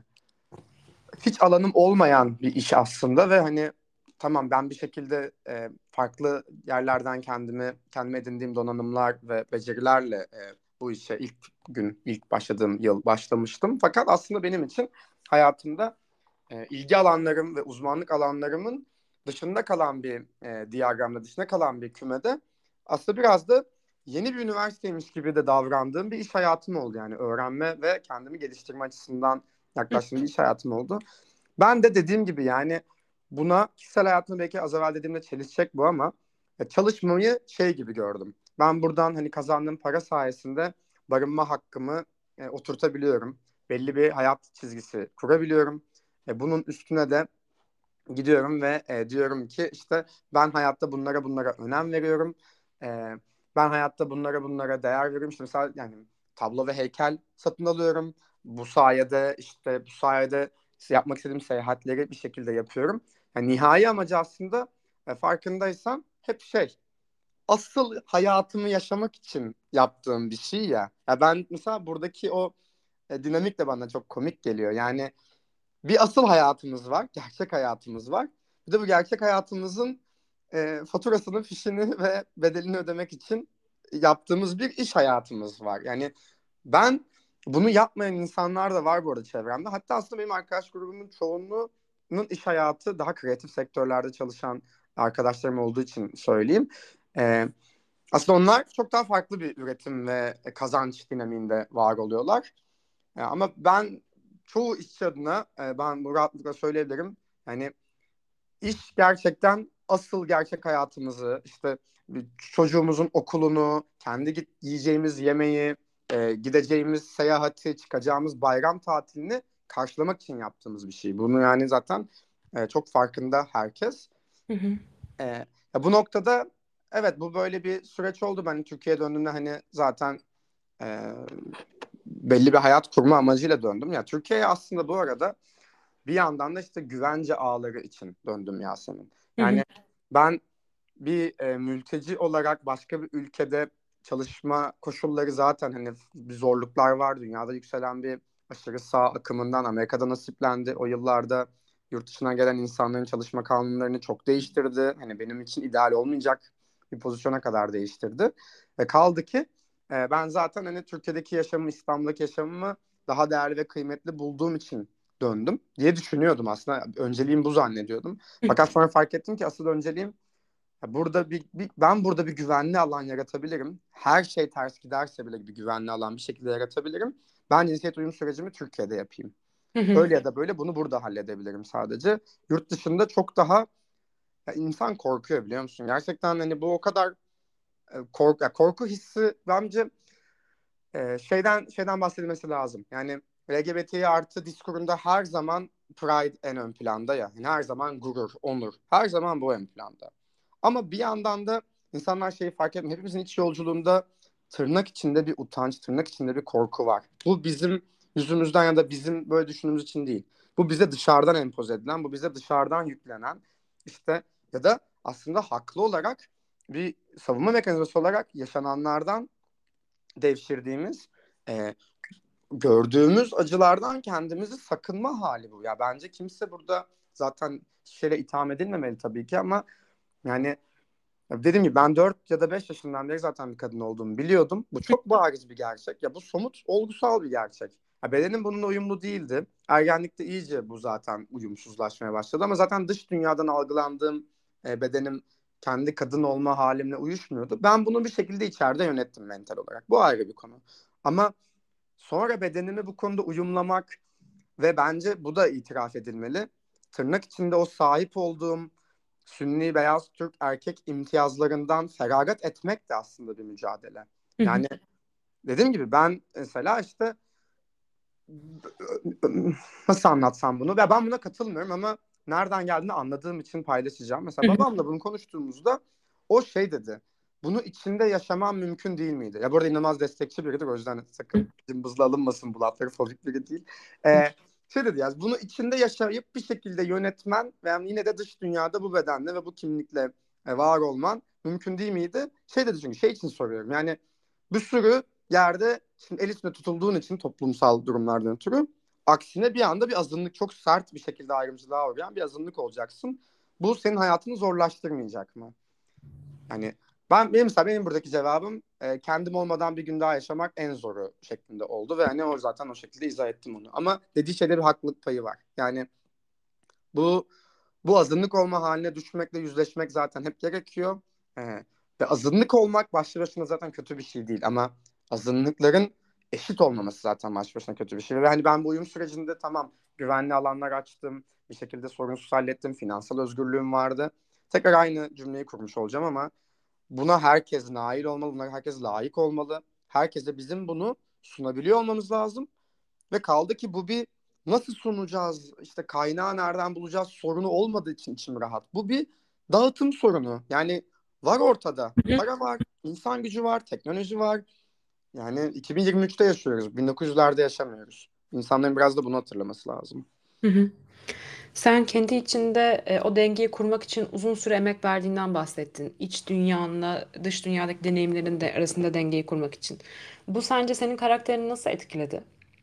hiç alanım olmayan bir iş aslında ve hani tamam ben bir şekilde e, farklı yerlerden kendimi kendime edindiğim donanımlar ve becerilerle e, bu işe ilk gün ilk başladığım yıl başlamıştım. Fakat aslında benim için hayatımda e, ilgi alanlarım ve uzmanlık alanlarımın dışında kalan bir e, diyagramda dışında kalan bir kümede aslında biraz da yeni bir üniversiteymiş gibi de davrandığım bir iş hayatım oldu. Yani öğrenme ve kendimi geliştirme açısından yaklaştığım bir iş hayatım oldu. Ben de dediğim gibi yani buna kişisel hayatımda belki az evvel dediğimde çelişecek bu ama e, çalışmayı şey gibi gördüm. Ben buradan hani kazandığım para sayesinde barınma hakkımı e, oturtabiliyorum. Belli bir hayat çizgisi kurabiliyorum. E, bunun üstüne de gidiyorum ve e, diyorum ki işte ben hayatta bunlara bunlara önem veriyorum. E, ben hayatta bunlara bunlara değer veriyorum. İşte mesela yani tablo ve heykel satın alıyorum. Bu sayede işte bu sayede yapmak istediğim seyahatleri bir şekilde yapıyorum. Yani nihai amacı aslında e, farkındaysan hep şey asıl hayatımı yaşamak için yaptığım bir şey ya. Ya ben mesela buradaki o e, dinamik de bana çok komik geliyor. Yani bir asıl hayatımız var, gerçek hayatımız var. Bir de bu gerçek hayatımızın e, faturasını, fişini ve bedelini ödemek için yaptığımız bir iş hayatımız var. Yani ben bunu yapmayan insanlar da var bu arada çevremde. Hatta aslında benim arkadaş grubumun çoğunluğunun iş hayatı daha kreatif sektörlerde çalışan arkadaşlarım olduğu için söyleyeyim. E, aslında onlar çok daha farklı bir üretim ve kazanç dinamiğinde var oluyorlar. E, ama ben çoğu işçi adına e, ben bu rahatlıkla söyleyebilirim. Yani iş gerçekten asıl gerçek hayatımızı, işte çocuğumuzun okulunu, kendi git, yiyeceğimiz yemeği, e, gideceğimiz seyahati, çıkacağımız bayram tatilini karşılamak için yaptığımız bir şey. Bunu yani zaten e, çok farkında herkes. Hı hı. E, ya bu noktada evet, bu böyle bir süreç oldu. Ben Türkiye'ye döndüğümde hani zaten e, belli bir hayat kurma amacıyla döndüm. Ya Türkiye'ye aslında bu arada bir yandan da işte güvence ağları için döndüm Yasemin. Hı hı. Yani ben bir e, mülteci olarak başka bir ülkede çalışma koşulları, zaten hani bir zorluklar var. Dünyada yükselen bir aşırı sağ akımından Amerika'da nasiplendi. O yıllarda yurt dışına gelen insanların çalışma kanunlarını çok değiştirdi. Hani benim için ideal olmayacak bir pozisyona kadar değiştirdi. Ve kaldı ki e, ben zaten hani Türkiye'deki yaşamımı, İstanbul'daki yaşamımı daha değerli ve kıymetli bulduğum için döndüm diye düşünüyordum aslında. Önceliğim bu zannediyordum. Fakat sonra fark ettim ki asıl önceliğim, ya burada bir, bir ben burada bir güvenli alan yaratabilirim. Her şey ters giderse bile bir güvenli alan bir şekilde yaratabilirim. Ben cinsiyet uyum sürecimi Türkiye'de yapayım. Hı hı. Öyle ya da böyle bunu burada halledebilirim sadece. Yurt dışında çok daha, ya insan korkuyor biliyor musun? Gerçekten hani bu o kadar e, korku, ya korku hissi bence e, şeyden şeyden bahsedilmesi lazım. Yani L G B T artı diskurunda her zaman pride en ön planda ya. Yani her zaman gurur, onur. Her zaman bu ön planda. Ama bir yandan da insanlar şeyi fark etmiyor. Hepimizin iç yolculuğunda tırnak içinde bir utanç, tırnak içinde bir korku var. Bu bizim yüzümüzden ya da bizim böyle düşündüğümüz için değil. Bu bize dışarıdan empoze edilen, bu bize dışarıdan yüklenen, işte ya da aslında haklı olarak bir savunma mekanizması olarak yaşananlardan devşirdiğimiz, e, gördüğümüz acılardan kendimizi sakınma hali bu. Ya bence kimse burada zaten şeyle itham edilmemeli tabii ki, ama yani dediğim gibi ben dört ya da beş yaşından beri zaten bir kadın olduğumu biliyordum. Bu çok bariz bir gerçek. Ya bu somut, olgusal bir gerçek. Ya bedenim bununla uyumlu değildi. Ergenlikte iyice bu zaten uyumsuzlaşmaya başladı. Ama zaten dış dünyadan algılandığım e, bedenim kendi kadın olma halimle uyuşmuyordu. Ben bunu bir şekilde içeride yönettim mental olarak. Bu ayrı bir konu. Ama sonra bedenimi bu konuda uyumlamak ve bence bu da itiraf edilmeli. Tırnak içinde o sahip olduğum Sünni beyaz Türk erkek imtiyazlarından feragat etmek de aslında bir mücadele. Hı hı. Yani dediğim gibi ben mesela işte nasıl anlatsam bunu? Ya ben buna katılmıyorum ama nereden geldiğini anladığım için paylaşacağım. Mesela Hı hı. babamla bunu konuştuğumuzda o şey dedi. Bunu içinde yaşamam mümkün değil miydi? Ya burada inanılmaz destekçi biridir. O yüzden sakın cımbızla alınmasın, bu lafları fobik biri değil. Ee, şey dedi, yani bunu içinde yaşayıp bir şekilde yönetmen ve yani yine de dış dünyada bu bedenle ve bu kimlikle e, var olman mümkün değil miydi? Şey dedi, çünkü şey için soruyorum. Yani bir sürü yerde şimdi el üstünde tutulduğun için toplumsal durumlardan ötürü aksine bir anda bir azınlık, çok sert bir şekilde ayrımcılığa uğrayan bir azınlık olacaksın. Bu senin hayatını zorlaştırmayacak mı? Yani ben benim mesela benim buradaki cevabım e, kendim olmadan bir gün daha yaşamak en zoru şeklinde oldu ve hani o zaten o şekilde izah ettim onu. Ama dediği şeyde bir haklılık payı var. Yani bu bu azınlık olma haline düşmekle yüzleşmek zaten hep gerekiyor. Ee, ve azınlık olmak başlı başına zaten kötü bir şey değil. Ama azınlıkların eşit olmaması zaten başlı başına kötü bir şey. Ve hani ben bu uyum sürecinde tamam, güvenli alanlar açtım. Bir şekilde sorunsuz hallettim. Finansal özgürlüğüm vardı. Tekrar aynı cümleyi kurmuş olacağım ama buna herkes nail olmalı. Buna herkes layık olmalı. Herkese bizim bunu sunabiliyor olmamız lazım. Ve kaldı ki bu bir nasıl sunacağız, işte kaynağı nereden bulacağız sorunu olmadığı için içim rahat. Bu bir dağıtım sorunu. Yani var ortada. Para var, insan gücü var, teknoloji var. Yani iki bin yirmi üçte yaşıyoruz. bin dokuz yüzlerde yaşamıyoruz. İnsanların biraz da bunu hatırlaması lazım. Hı hı. Sen kendi içinde e, o dengeyi kurmak için uzun süre emek verdiğinden bahsettin. İç dünyanla dış dünyadaki deneyimlerin de arasında dengeyi kurmak için. Bu sence senin karakterini nasıl etkiledi?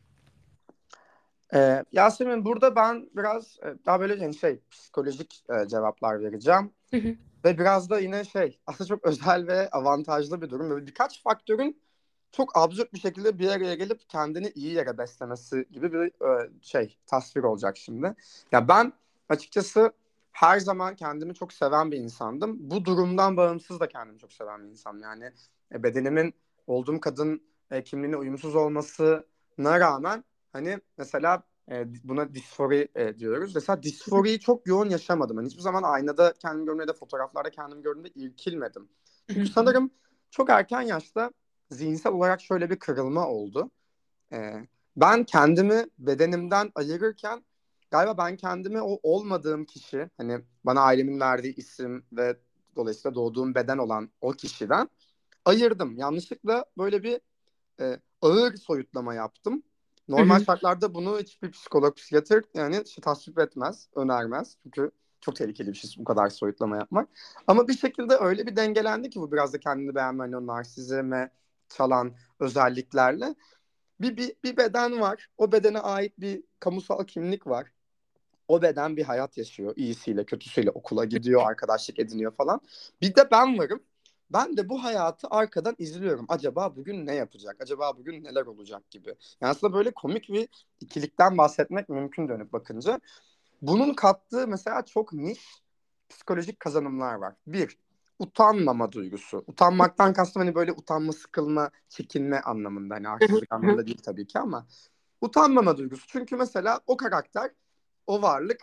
Ee, Yasemin, burada ben biraz e, daha böyle yani şey psikolojik e, cevaplar vereceğim. Hı hı. Ve biraz da yine şey aslında çok özel ve avantajlı bir durum. Böyle birkaç faktörün çok absürt bir şekilde bir araya gelip kendini iyi yere beslemesi gibi bir e, şey tasvir olacak şimdi. Ya ben açıkçası her zaman kendimi çok seven bir insandım. Bu durumdan bağımsız da kendimi çok seven bir insanım. Yani e, bedenimin olduğum kadın e, kimliğine uyumsuz olmasına rağmen hani mesela E, buna disfori e, diyoruz. Mesela disforiyi çok yoğun yaşamadım. Yani hiçbir zaman aynada kendimi gördüğümde de fotoğraflarda kendimi gördüğümde irkilmedim. Hı Çünkü hı. sanırım çok erken yaşta zihinsel olarak şöyle bir kırılma oldu. E, Ben kendimi bedenimden ayırırken galiba ben kendimi o olmadığım kişi, hani bana ailemin verdiği isim ve dolayısıyla doğduğum beden olan o kişiden ayırdım. Yanlışlıkla böyle bir e, ağır soyutlama yaptım. Hı Normal hı. şartlarda bunu hiçbir psikolog, psikiyatr yani şey, tasvip etmez, önermez. Çünkü çok tehlikeli bir şey bu kadar soyutlama yapmak. Ama bir şekilde öyle bir dengelendi ki bu biraz da kendini beğenme, hani o narsizme çalan özelliklerle. Bir, bir, bir beden var. O bedene ait bir kamusal kimlik var. O beden bir hayat yaşıyor. İyisiyle, kötüsüyle okula gidiyor, arkadaşlık ediniyor falan. Bir de ben varım. Ben de bu hayatı arkadan izliyorum. Acaba bugün ne yapacak? Acaba bugün neler olacak gibi. Yani aslında böyle komik bir ikilikten bahsetmek mümkün dönüp bakınca. Bunun kattığı mesela çok niş psikolojik kazanımlar var. Bir, utanmama duygusu. Utanmaktan kastım hani böyle utanma, sıkılma, çekinme anlamında. Hani Hı hı. arsızlık Hı hı. anlamında değil tabii ki ama utanmama duygusu. Çünkü mesela o karakter, o varlık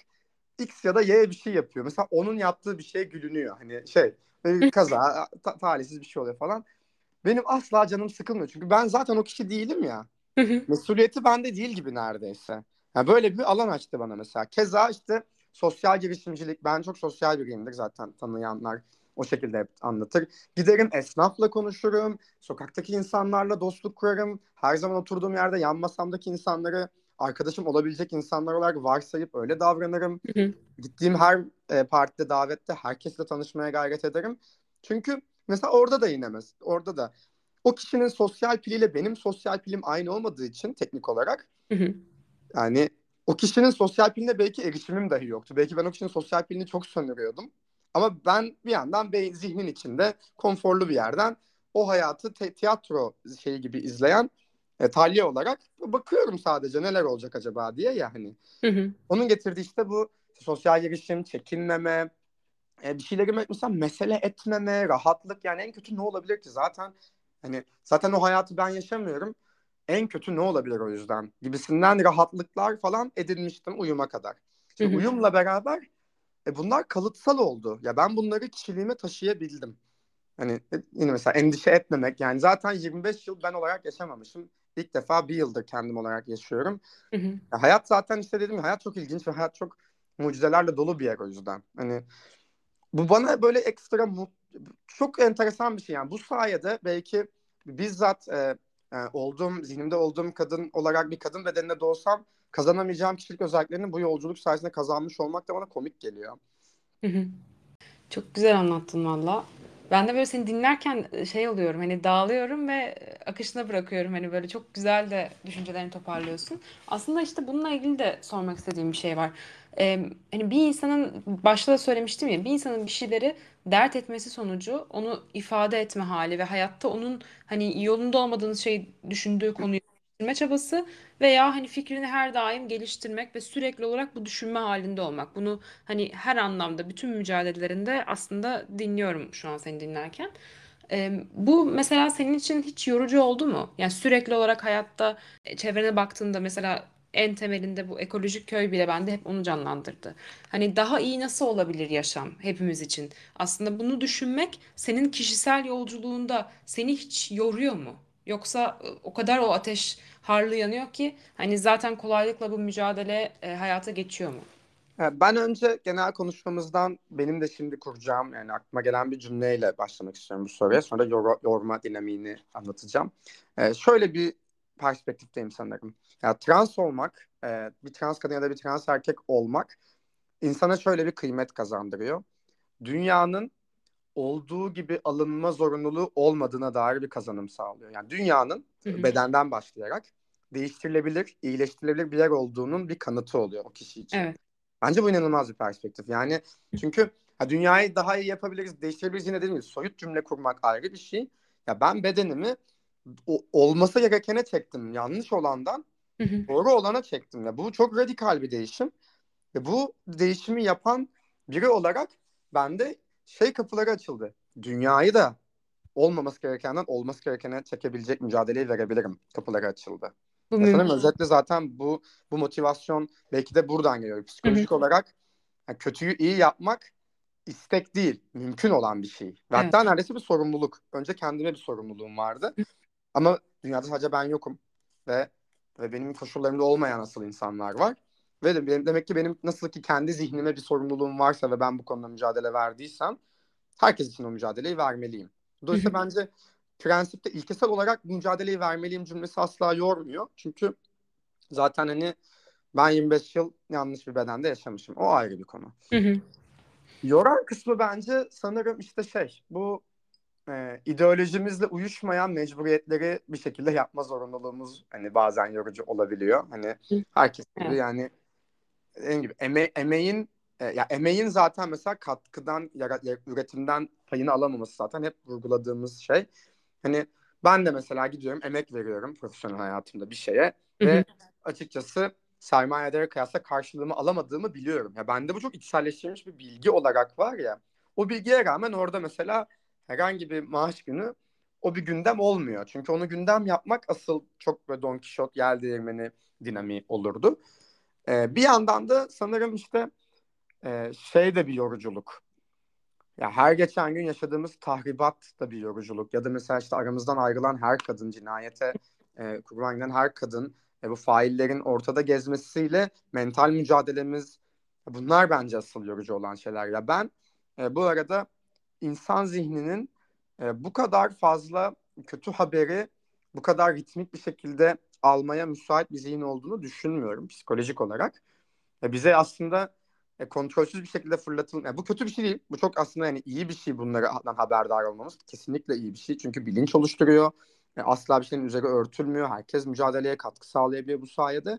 X ya da Y bir şey yapıyor. Mesela onun yaptığı bir şeye gülünüyor. Hani şey, e, kaza, ta- talihsiz bir şey oluyor falan. Benim asla canım sıkılmıyor. Çünkü ben zaten o kişi değilim ya. Hı hı. Mesuliyeti bende değil gibi neredeyse. Yani böyle bir alan açtı bana mesela. Keza işte sosyal girişimcilik. Ben çok sosyal biriyimdir, zaten tanıyanlar o şekilde hep anlatır. Giderim esnafla konuşurum. Sokaktaki insanlarla dostluk kurarım. Her zaman oturduğum yerde yan masamdaki insanları arkadaşım olabilecek insanlar olarak varsayıp öyle davranırım. Hı hı. Gittiğim her e, partide, davette herkesle tanışmaya gayret ederim. Çünkü mesela orada da yine mes orada da o kişinin sosyal piliyle benim sosyal pilim aynı olmadığı için teknik olarak Hı hı. yani o kişinin sosyal piline belki erişimim dahi yoktu. Belki ben o kişinin sosyal pilini çok sömürüyordum. Ama ben bir yandan be zihnin içinde konforlu bir yerden o hayatı te- tiyatro şeyi gibi izleyen e, Talya olarak bakıyorum sadece neler olacak acaba diye ya hani. Hı hı. Onun getirdiği işte bu sosyal girişim, çekinmeme, e, bir şeyleri mesela mesele etmeme, rahatlık, yani en kötü ne olabilir ki zaten hani zaten o hayatı ben yaşamıyorum. En kötü ne olabilir o yüzden gibisinden rahatlıklar falan edinmiştim uyuma kadar. Hı İşte hı. uyumla beraber e, bunlar kalıtsal oldu. Ya ben bunları kişiliğime taşıyabildim. Hani e, yine mesela endişe etmemek, yani zaten yirmi beş yıl ben olarak yaşamamışım. İlk defa bir yıldır kendim olarak yaşıyorum. Hı hı. Ya hayat zaten işte dedim ya, hayat çok ilginç ve hayat çok mucizelerle dolu bir yer o yüzden. Hani bu bana böyle ekstra mut, çok enteresan bir şey yani. Bu sayede belki bizzat e, e, olduğum, zihnimde olduğum kadın olarak bir kadın bedeninde doğsam kazanamayacağım kişilik özelliklerini bu yolculuk sayesinde kazanmış olmak da bana komik geliyor. Hı hı. Çok güzel anlattın valla. Ben de böyle seni dinlerken e, şey oluyorum, hani dağılıyorum ve e, akışına bırakıyorum. Hani böyle çok güzel de düşüncelerini toparlıyorsun. Aslında işte bununla ilgili de sormak istediğim bir şey var. Ee, hani bir insanın, başta da söylemiştim ya, bir insanın bir şeyleri dert etmesi sonucu onu ifade etme hali ve hayatta onun hani yolunda olmadığınız şey düşündüğü konuyu geliştirme çabası veya hani fikrini her daim geliştirmek ve sürekli olarak bu düşünme halinde olmak. Bunu hani her anlamda bütün mücadelelerinde aslında dinliyorum şu an seni dinlerken. Ee, bu mesela senin için hiç yorucu oldu mu? Yani sürekli olarak hayatta e, çevrene baktığında mesela en temelinde bu ekolojik köy bile bende hep onu canlandırdı. Hani daha iyi nasıl olabilir yaşam hepimiz için? Aslında bunu düşünmek senin kişisel yolculuğunda seni hiç yoruyor mu? Yoksa e, o kadar o ateş harlı yanıyor ki hani zaten kolaylıkla bu mücadele e, hayata geçiyor mu? Ha, ben önce genel konuşmamızdan benim de şimdi kuracağım, yani aklıma gelen bir cümleyle başlamak istiyorum bu soruya. Sonra yor- yorma dinamiğini anlatacağım. Ee, şöyle bir perspektifteyim sanırım. Ya, trans olmak, e, bir trans kadın ya da bir trans erkek olmak insana şöyle bir kıymet kazandırıyor. Dünyanın olduğu gibi alınma zorunluluğu olmadığına dair bir kazanım sağlıyor. Yani dünyanın Hı hı. bedenden başlayarak değiştirilebilir, iyileştirilebilir bir yer olduğunun bir kanıtı oluyor o kişi için. Evet. Bence bu inanılmaz bir perspektif. Yani çünkü ha, dünyayı daha iyi yapabiliriz, değiştirebiliriz yine değil mi? Soyut cümle kurmak ayrı bir şey. Ya ben bedenimi o, olması gerekene çektim. Yanlış olandan Hı hı. doğru olana çektim. Ve bu çok radikal bir değişim. Ve bu değişimi yapan biri olarak bende şey kapıları açıldı. Dünyayı da olmaması gerekenden olması gerekene çekebilecek mücadeleyi verebilirim kapıları açıldı. Bu Ya mümkün. sanırım özetle zaten bu bu motivasyon belki de buradan geliyor. Hı hı. Psikolojik olarak yani kötüyü iyi yapmak istek değil, mümkün olan bir şey. Ve Evet. hatta neredeyse bir sorumluluk. Önce kendime bir sorumluluğum vardı. Ama dünyada sadece ben yokum. Ve ve benim koşullarımda olmayan asıl insanlar var. Ve de benim, demek ki benim nasıl ki kendi zihnime bir sorumluluğum varsa ve ben bu konuda mücadele verdiysem herkes için o mücadeleyi vermeliyim. Hı hı. Dolayısıyla bence prensipte ilkesel olarak bu mücadeleyi vermeliyim cümlesi asla yormuyor. Çünkü zaten hani ben yirmi beş yıl yanlış bir bedende yaşamışım. O ayrı bir konu. Hı hı. Yoran kısmı bence sanırım işte şey bu e, ideolojimizle uyuşmayan mecburiyetleri bir şekilde yapma zorunluluğumuz hani bazen yorucu olabiliyor. Hani herkes gibi Evet. yani dediğim gibi eme emeğin e, ya emeğin zaten mesela katkıdan yara- üretimden payını alamaması zaten hep vurguladığımız şey. Hani ben de mesela gidiyorum emek veriyorum profesyonel hayatımda bir şeye Hı hı. ve açıkçası sermayedara kıyasla karşılığımı alamadığımı biliyorum. Ya bende bu çok içselleştirilmiş bir bilgi olarak var ya. O bilgiye rağmen orada mesela herhangi bir maaş günü o bir gündem olmuyor. Çünkü onu gündem yapmak asıl çok böyle Don Kişot yel değirmeni dinamiği olurdu. Ee, bir yandan da sanırım işte e, şey de bir yoruculuk. Ya her geçen gün yaşadığımız tahribat da bir yoruculuk. Ya da mesela işte aramızdan ayrılan her kadın, cinayete e, kurban giden her kadın, e, bu faillerin ortada gezmesiyle mental mücadelemiz, bunlar bence asıl yorucu olan şeyler. Ya ben e, bu arada insan zihninin e, bu kadar fazla kötü haberi bu kadar ritmik bir şekilde almaya müsait bir zihin olduğunu düşünmüyorum psikolojik olarak. Ya bize aslında e, kontrolsüz bir şekilde fırlatılmış. Yani bu kötü bir şey değil. Bu çok aslında yani iyi bir şey bunlardan haberdar olmamız. Kesinlikle iyi bir şey. Çünkü bilinç oluşturuyor. E, asla bir şeyin üzeri örtülmüyor. Herkes mücadeleye katkı sağlayabiliyor bu sayede.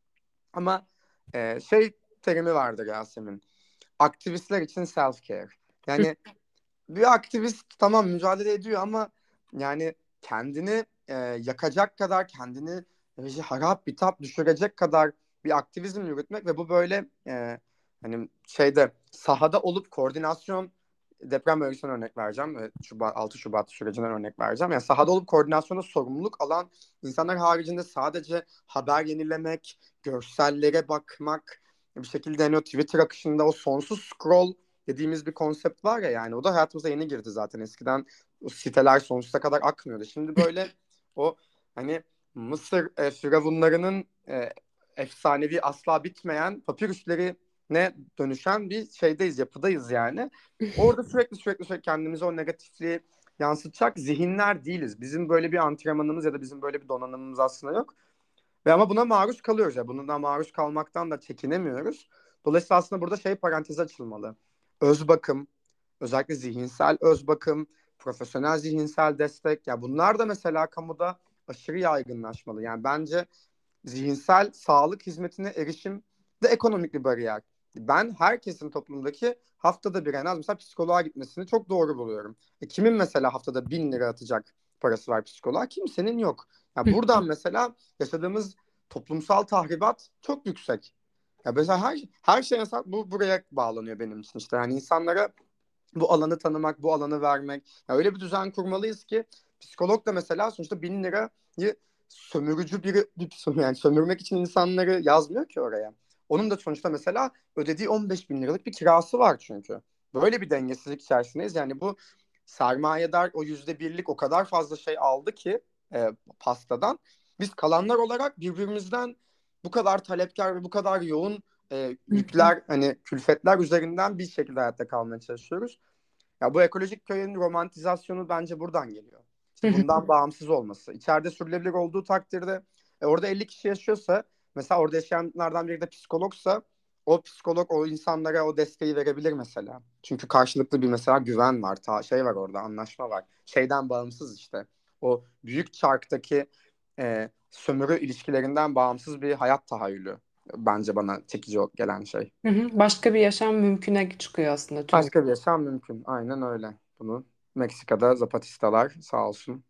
Ama e, şey terimi vardır Yasemin. Aktivistler için self-care. Hı Yani bir aktivist tamam mücadele ediyor ama yani kendini e, yakacak kadar kendini e, harap bitap düşürecek kadar bir aktivizm yürütmek ve bu böyle e, hani şeyde sahada olup koordinasyon deprem bölgesinden örnek vereceğim. E, Şubat, altı Şubat sürecinden örnek vereceğim. Yani sahada olup koordinasyona sorumluluk alan insanlar haricinde sadece haber yenilemek, görsellere bakmak, bir şekilde hani o Twitter akışında o sonsuz scroll dediğimiz bir konsept var ya yani o da hayatımıza yeni girdi zaten. Eskiden o siteler sonsuza kadar akmıyordu. Şimdi böyle o hani Mısır e, firavunlarının e, efsanevi asla bitmeyen papirüslerine dönüşen bir şeydeyiz, yapıdayız yani. Orada sürekli sürekli sürekli kendimize o negatifliği yansıtacak zihinler değiliz. Bizim böyle bir antrenmanımız ya da bizim böyle bir donanımımız aslında yok. Ve ama buna maruz kalıyoruz ya. Bundan maruz kalmaktan da çekinemiyoruz. Dolayısıyla aslında burada şey parantezi açılmalı. Öz bakım, özellikle zihinsel öz bakım, profesyonel zihinsel destek. Ya bunlar da mesela kamuda aşırı yaygınlaşmalı. Yani bence zihinsel sağlık hizmetine erişim de ekonomik bir bariyer. Ben herkesin toplumdaki haftada bir en az mesela psikoloğa gitmesini çok doğru buluyorum. E, kimin mesela haftada bin lira atacak parası var psikoloğa? Kimsenin yok. Ya buradan mesela yaşadığımız toplumsal tahribat çok yüksek. Ya mesela her, her şey mesela bu buraya bağlanıyor benim için işte. Yani insanlara bu alanı tanımak, bu alanı vermek. Ya öyle bir düzen kurmalıyız ki psikolog da mesela sonuçta bin lirayı sömürücü biri yani sömürmek için insanları yazmıyor ki oraya. Onun da sonuçta mesela ödediği on beş bin liralık bir kirası var çünkü. Böyle bir dengesizlik içerisindeyiz. Yani bu sermayedar o yüzde birlik o kadar fazla şey aldı ki e, pastadan. Biz kalanlar olarak birbirimizden bu kadar talepkar ve bu kadar yoğun e, yükler hani külfetler üzerinden bir şekilde hayatta kalmaya çalışıyoruz. Ya bu ekolojik köyün romantizasyonu bence buradan geliyor. İşte bundan bağımsız olması. İçeride sürülebilir olduğu takdirde e, orada elli kişi yaşıyorsa mesela orada yaşayanlardan biri de psikologsa o psikolog o insanlara o desteği verebilir mesela. Çünkü karşılıklı bir mesela güven var. Ta, şey var orada anlaşma var. Şeyden bağımsız işte. O büyük çarktaki e, sömürü ilişkilerinden bağımsız bir hayat tahayyülü. Bence bana çekici gelen şey. hı. Hı. Başka bir yaşam mümküne çıkıyor aslında tüm. Başka bir yaşam mümkün. Aynen öyle. Bunu Meksika'da Zapatistalar sağ olsun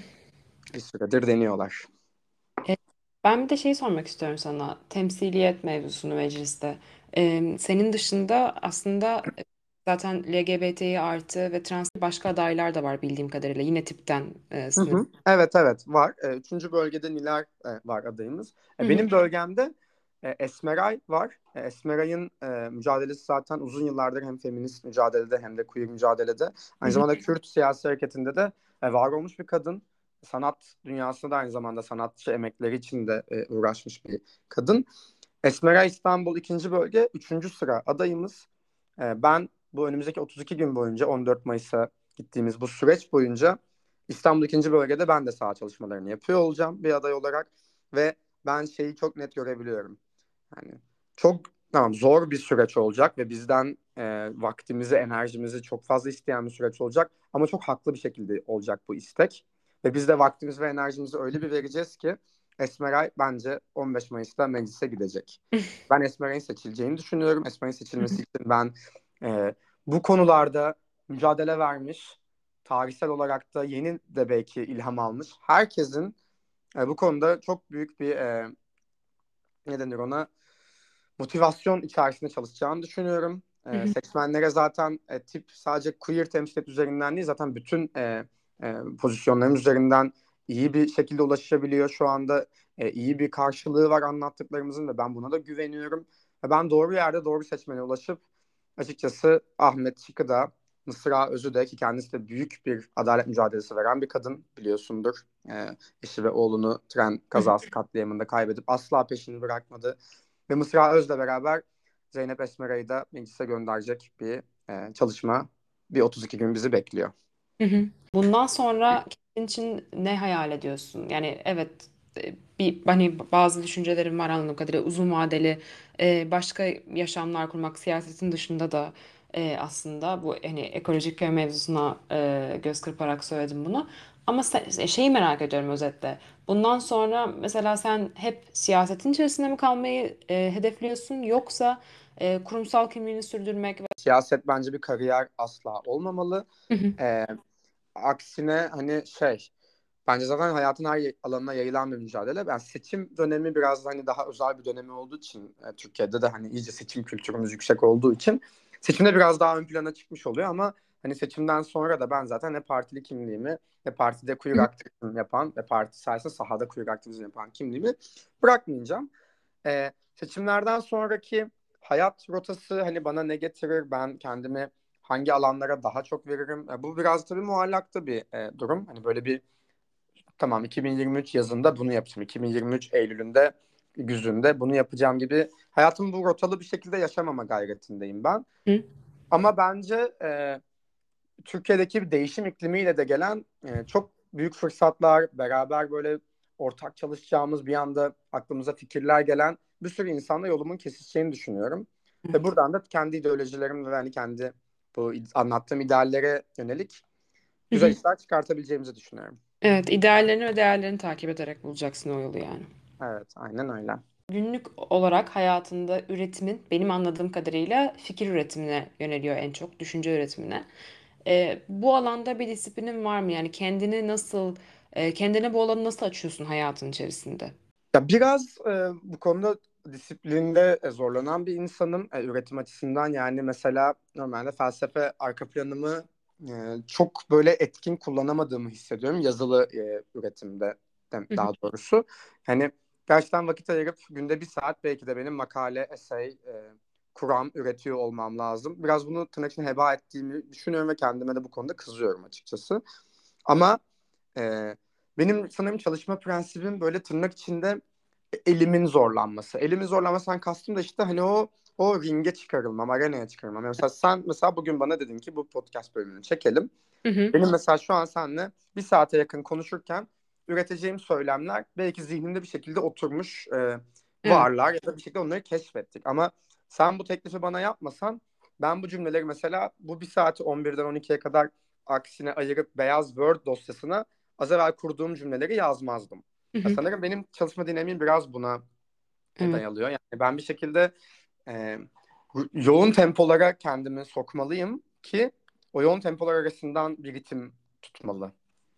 bir süredir deniyorlar. E, Ben bir de şey sormak istiyorum sana. Temsiliyet mevzusunu mecliste. E, senin dışında aslında Zaten L G B T artı ve trans başka adaylar da var bildiğim kadarıyla. Yine tipten e, Hı sınır. hı. Evet, evet, var. E, Üçüncü bölgede Nilay e, var adayımız. Hı E, hı, Benim bölgemde e, Esmeray var. E, Esmeray'ın e, mücadelesi zaten uzun yıllardır hem feminist mücadelede hem de queer mücadelede. hı Aynı hı, zamanda Kürt siyasi hareketinde de e, var olmuş bir kadın. Sanat dünyasında da aynı zamanda sanatçı emekleri için de e, uğraşmış bir kadın. Esmeray İstanbul ikinci bölge üçüncü sıra adayımız. E, ben bu önümüzdeki otuz iki gün boyunca on dört Mayıs'a gittiğimiz bu süreç boyunca İstanbul ikinci bölgede ben de saha çalışmalarını yapıyor olacağım bir aday olarak ve ben şeyi çok net görebiliyorum. Yani çok tamam zor bir süreç olacak ve bizden e, vaktimizi, enerjimizi çok fazla isteyen bir süreç olacak ama çok haklı bir şekilde olacak bu istek. Ve biz de vaktimizi ve enerjimizi öyle bir vereceğiz ki Esmeray bence on beş Mayıs'ta meclise gidecek. Ben Esmeray'ın seçileceğini düşünüyorum. Esmeray'ın seçilmesi için ben e, bu konularda mücadele vermiş, tarihsel olarak da yeni de belki ilham almış. Herkesin e, bu konuda çok büyük bir e, ne denir ona motivasyon içerisinde çalışacağını düşünüyorum. hı E, hı, seçmenlere zaten e, tip sadece queer temsilet üzerinden değil zaten bütün e, e, pozisyonların üzerinden iyi bir şekilde ulaşabiliyor şu anda. E, iyi bir karşılığı var anlattıklarımızın ve ben buna da güveniyorum. Ve ben doğru yerde doğru seçmene ulaşıp açıkçası Ahmet Çıkı'da Mısra Özü de ki kendisi de büyük bir adalet mücadelesi veren bir kadın biliyorsundur. E, eşi ve oğlunu tren hı hı. kazası katliamında kaybedip asla peşini bırakmadı. Ve Mısra Öz'le beraber Zeynep Esmera'yı da meclise gönderecek bir e, çalışma. Bir otuz iki gün bizi bekliyor. Hı hı. Bundan sonra kendin için ne hayal ediyorsun? Yani evet, e, bir hani bazı düşüncelerim var anladığım kadarıyla uzun vadeli e, başka yaşamlar kurmak siyasetin dışında da e, aslında bu hani ekolojik köy mevzusuna e, göz kırparak söyledim bunu. Ama sen, e, şeyi merak ediyorum özetle. Bundan sonra mesela sen hep siyasetin içerisinde mi kalmayı e, hedefliyorsun yoksa e, kurumsal kimliğini sürdürmek ve... Siyaset bence bir kariyer asla olmamalı. Hı hı, E, Aksine hani şey bence zaten hayatın her alanına yayılan bir mücadele. Ben seçim dönemi biraz da hani daha özel bir dönemi olduğu için e, Türkiye'de de hani iyice seçim kültürümüz yüksek olduğu için seçimde biraz daha ön plana çıkmış oluyor ama hani seçimden sonra da ben zaten ne partili kimliğimi ne partide queer hı hı, aktivizm yapan ve parti sayesinde sahada queer aktivizm yapan kimliğimi bırakmayacağım. E, seçimlerden sonraki hayat rotası hani bana ne getirir ben kendimi hangi alanlara daha çok veririm. E, bu biraz tabii muallakta bir e, durum. Hani böyle bir tamam iki bin yirmi üç yazında bunu yapacağım. iki bin yirmi üç Eylül'ünde güzünde bunu yapacağım gibi hayatımı bu rotalı bir şekilde yaşamama gayretindeyim ben. hı Ama bence e, Türkiye'deki bir değişim iklimiyle de gelen e, çok büyük fırsatlar, beraber böyle ortak çalışacağımız bir anda aklımıza fikirler gelen bir sürü insanla yolumun kesişeceğini düşünüyorum. Ve hı. buradan da kendi ideolojilerim ve hani kendi bu anlattığım ideallere yönelik Hı güzel hı. işler çıkartabileceğimizi düşünüyorum. Evet, ideallerini ve değerlerini takip ederek bulacaksın o yolu yani. Evet, aynen öyle. Günlük olarak hayatında üretimin benim anladığım kadarıyla fikir üretimine yöneliyor en çok, düşünce üretimine. Ee, bu alanda bir disiplinin var mı? Yani kendini nasıl, e, kendine bu alanı nasıl açıyorsun hayatın içerisinde? Ya biraz e, bu konuda disiplinde e, zorlanan bir insanım e, üretim açısından. Yani mesela normalde felsefe arka planımı e, çok böyle etkin kullanamadığımı hissediyorum yazılı e, üretimde de- Hı hı, daha doğrusu. Hani gerçekten vakit ayırıp günde bir saat belki de benim makale, essay, e, kuram üretiyor olmam lazım. Biraz bunu tırnak içinde heba ettiğimi düşünüyorum ve kendime de bu konuda kızıyorum açıkçası. Ama e, benim sanırım çalışma prensibim böyle tırnak içinde elimin zorlanması. Elimin zorlanmasından kastım da işte hani o o ringe çıkarılmam, arenaya çıkarılmam. Mesela sen mesela bugün bana dedin ki bu podcast bölümünü çekelim. hı hı. Benim mesela şu an seninle bir saate yakın konuşurken üreteceğim söylemler belki zihnimde bir şekilde oturmuş e, Evet. varlar ya da bir şekilde onları keşfettik. Ama sen bu teklifi bana yapmasan ben bu cümleleri mesela bu bir saati on birden on ikiye kadar aksine ayırıp beyaz Word dosyasına az evvel kurduğum cümleleri yazmazdım. Hı Ya hı. sanırım benim çalışma dinamiğim biraz buna Evet. dayalıyor. Yani ben bir şekilde e, yoğun tempolara kendimi sokmalıyım ki o yoğun tempolar arasından bir ritim tutmalı.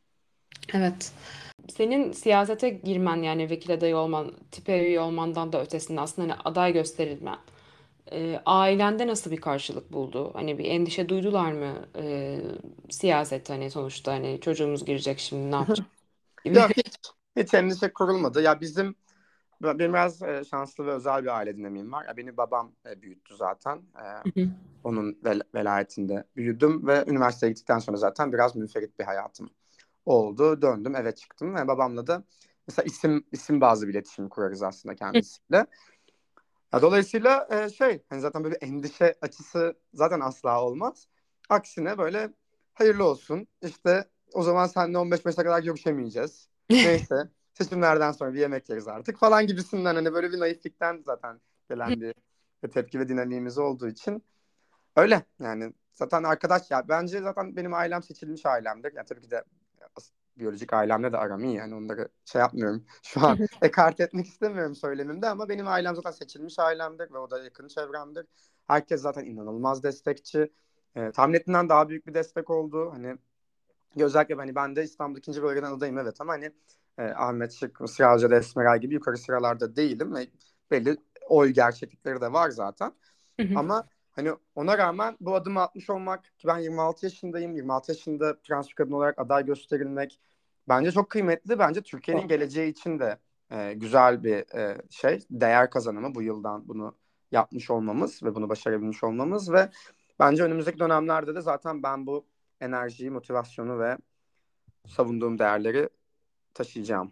Evet. Senin siyasete girmen yani vekil adayı olman, tipe üye olmandan da ötesinde aslında hani aday gösterilmen. E, ailende nasıl bir karşılık buldu? Hani bir endişe duydular mı? E, siyaset hani sonuçta hani çocuğumuz girecek şimdi ne yapacak gibi. Yok, hiç hiç endişe kurulmadı. Ya bizim benim biraz e, şanslı ve özel bir aile dinamiğim var. Ya beni babam e, büyüttü zaten. E, onun vel- velayetinde büyüdüm ve üniversiteye gittikten sonra zaten biraz münferit bir hayatım oldu. Döndüm, eve çıktım ve babamla da mesela isim isim bazlı bir iletişim kurarız aslında kendisiyle. Ya dolayısıyla e, şey hani zaten böyle endişe açısı zaten asla olmaz. Aksine böyle hayırlı olsun. İşte o zaman seninle on beş Mayıs'a kadar görüşemeyeceğiz. Neyse seçimlerden sonra bir yemek yeriz artık falan gibisinden hani böyle bir naiflikten zaten gelen bir tepki ve dinamiğimiz olduğu için öyle yani zaten arkadaş ya bence zaten benim ailem seçilmiş ailemdir. Yani tabii ki de as- biyolojik ailemle de aram iyi yani onları şey yapmıyorum. Şu an ekart etmek istemiyorum söylemimde ama benim ailem zaten seçilmiş ailemdir ve o da yakın çevremdir. Herkes zaten inanılmaz destekçi. Ee, tahmin ettiğimden daha büyük bir destek oldu. Hani özellikle hani ben de İstanbul ikinci bölgeden adayım evet ama hani e, Ahmet Şık, Mısır Harcada, Esmeray gibi yukarı sıralarda değilim ve belli oy gerçeklikleri de var zaten. Ama hani ona rağmen bu adımı atmış olmak ki ben yirmi altı yaşındayım. yirmi altı yaşında trans bir kadın olarak aday gösterilmek bence çok kıymetli. Bence Türkiye'nin geleceği için de e, güzel bir e, şey. Değer kazanımı bu yıldan bunu yapmış olmamız ve bunu başarabilmiş olmamız ve bence önümüzdeki dönemlerde de zaten ben bu enerjiyi, motivasyonu ve savunduğum değerleri taşıyacağım.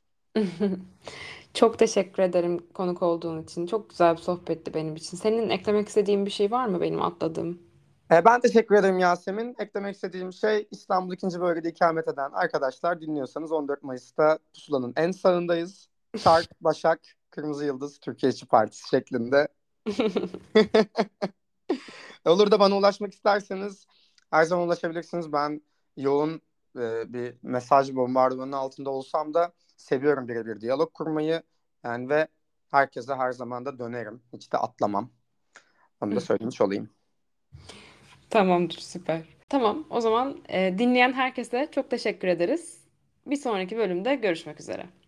Çok teşekkür ederim konuk olduğun için. Çok güzel bir sohbetti benim için. Senin eklemek istediğin bir şey var mı benim atladığım? E, ben teşekkür ederim Yasemin. Eklemek istediğim şey İstanbul ikinci bölgede ikamet eden arkadaşlar dinliyorsanız on dört Mayıs'ta pusulanın en sağındayız. Çark, Başak, Kırmızı Yıldız, Türkiye İşçi Partisi şeklinde. Olur da bana ulaşmak isterseniz her zaman ulaşabilirsiniz. Ben yoğun e, bir mesaj bombardımanının altında olsam da seviyorum birebir diyalog kurmayı. Yani ve herkese her zaman da dönerim. Hiç de atlamam. Onu da söylemiş olayım. Tamamdır, süper. Tamam, o zaman e, dinleyen herkese çok teşekkür ederiz. Bir sonraki bölümde görüşmek üzere.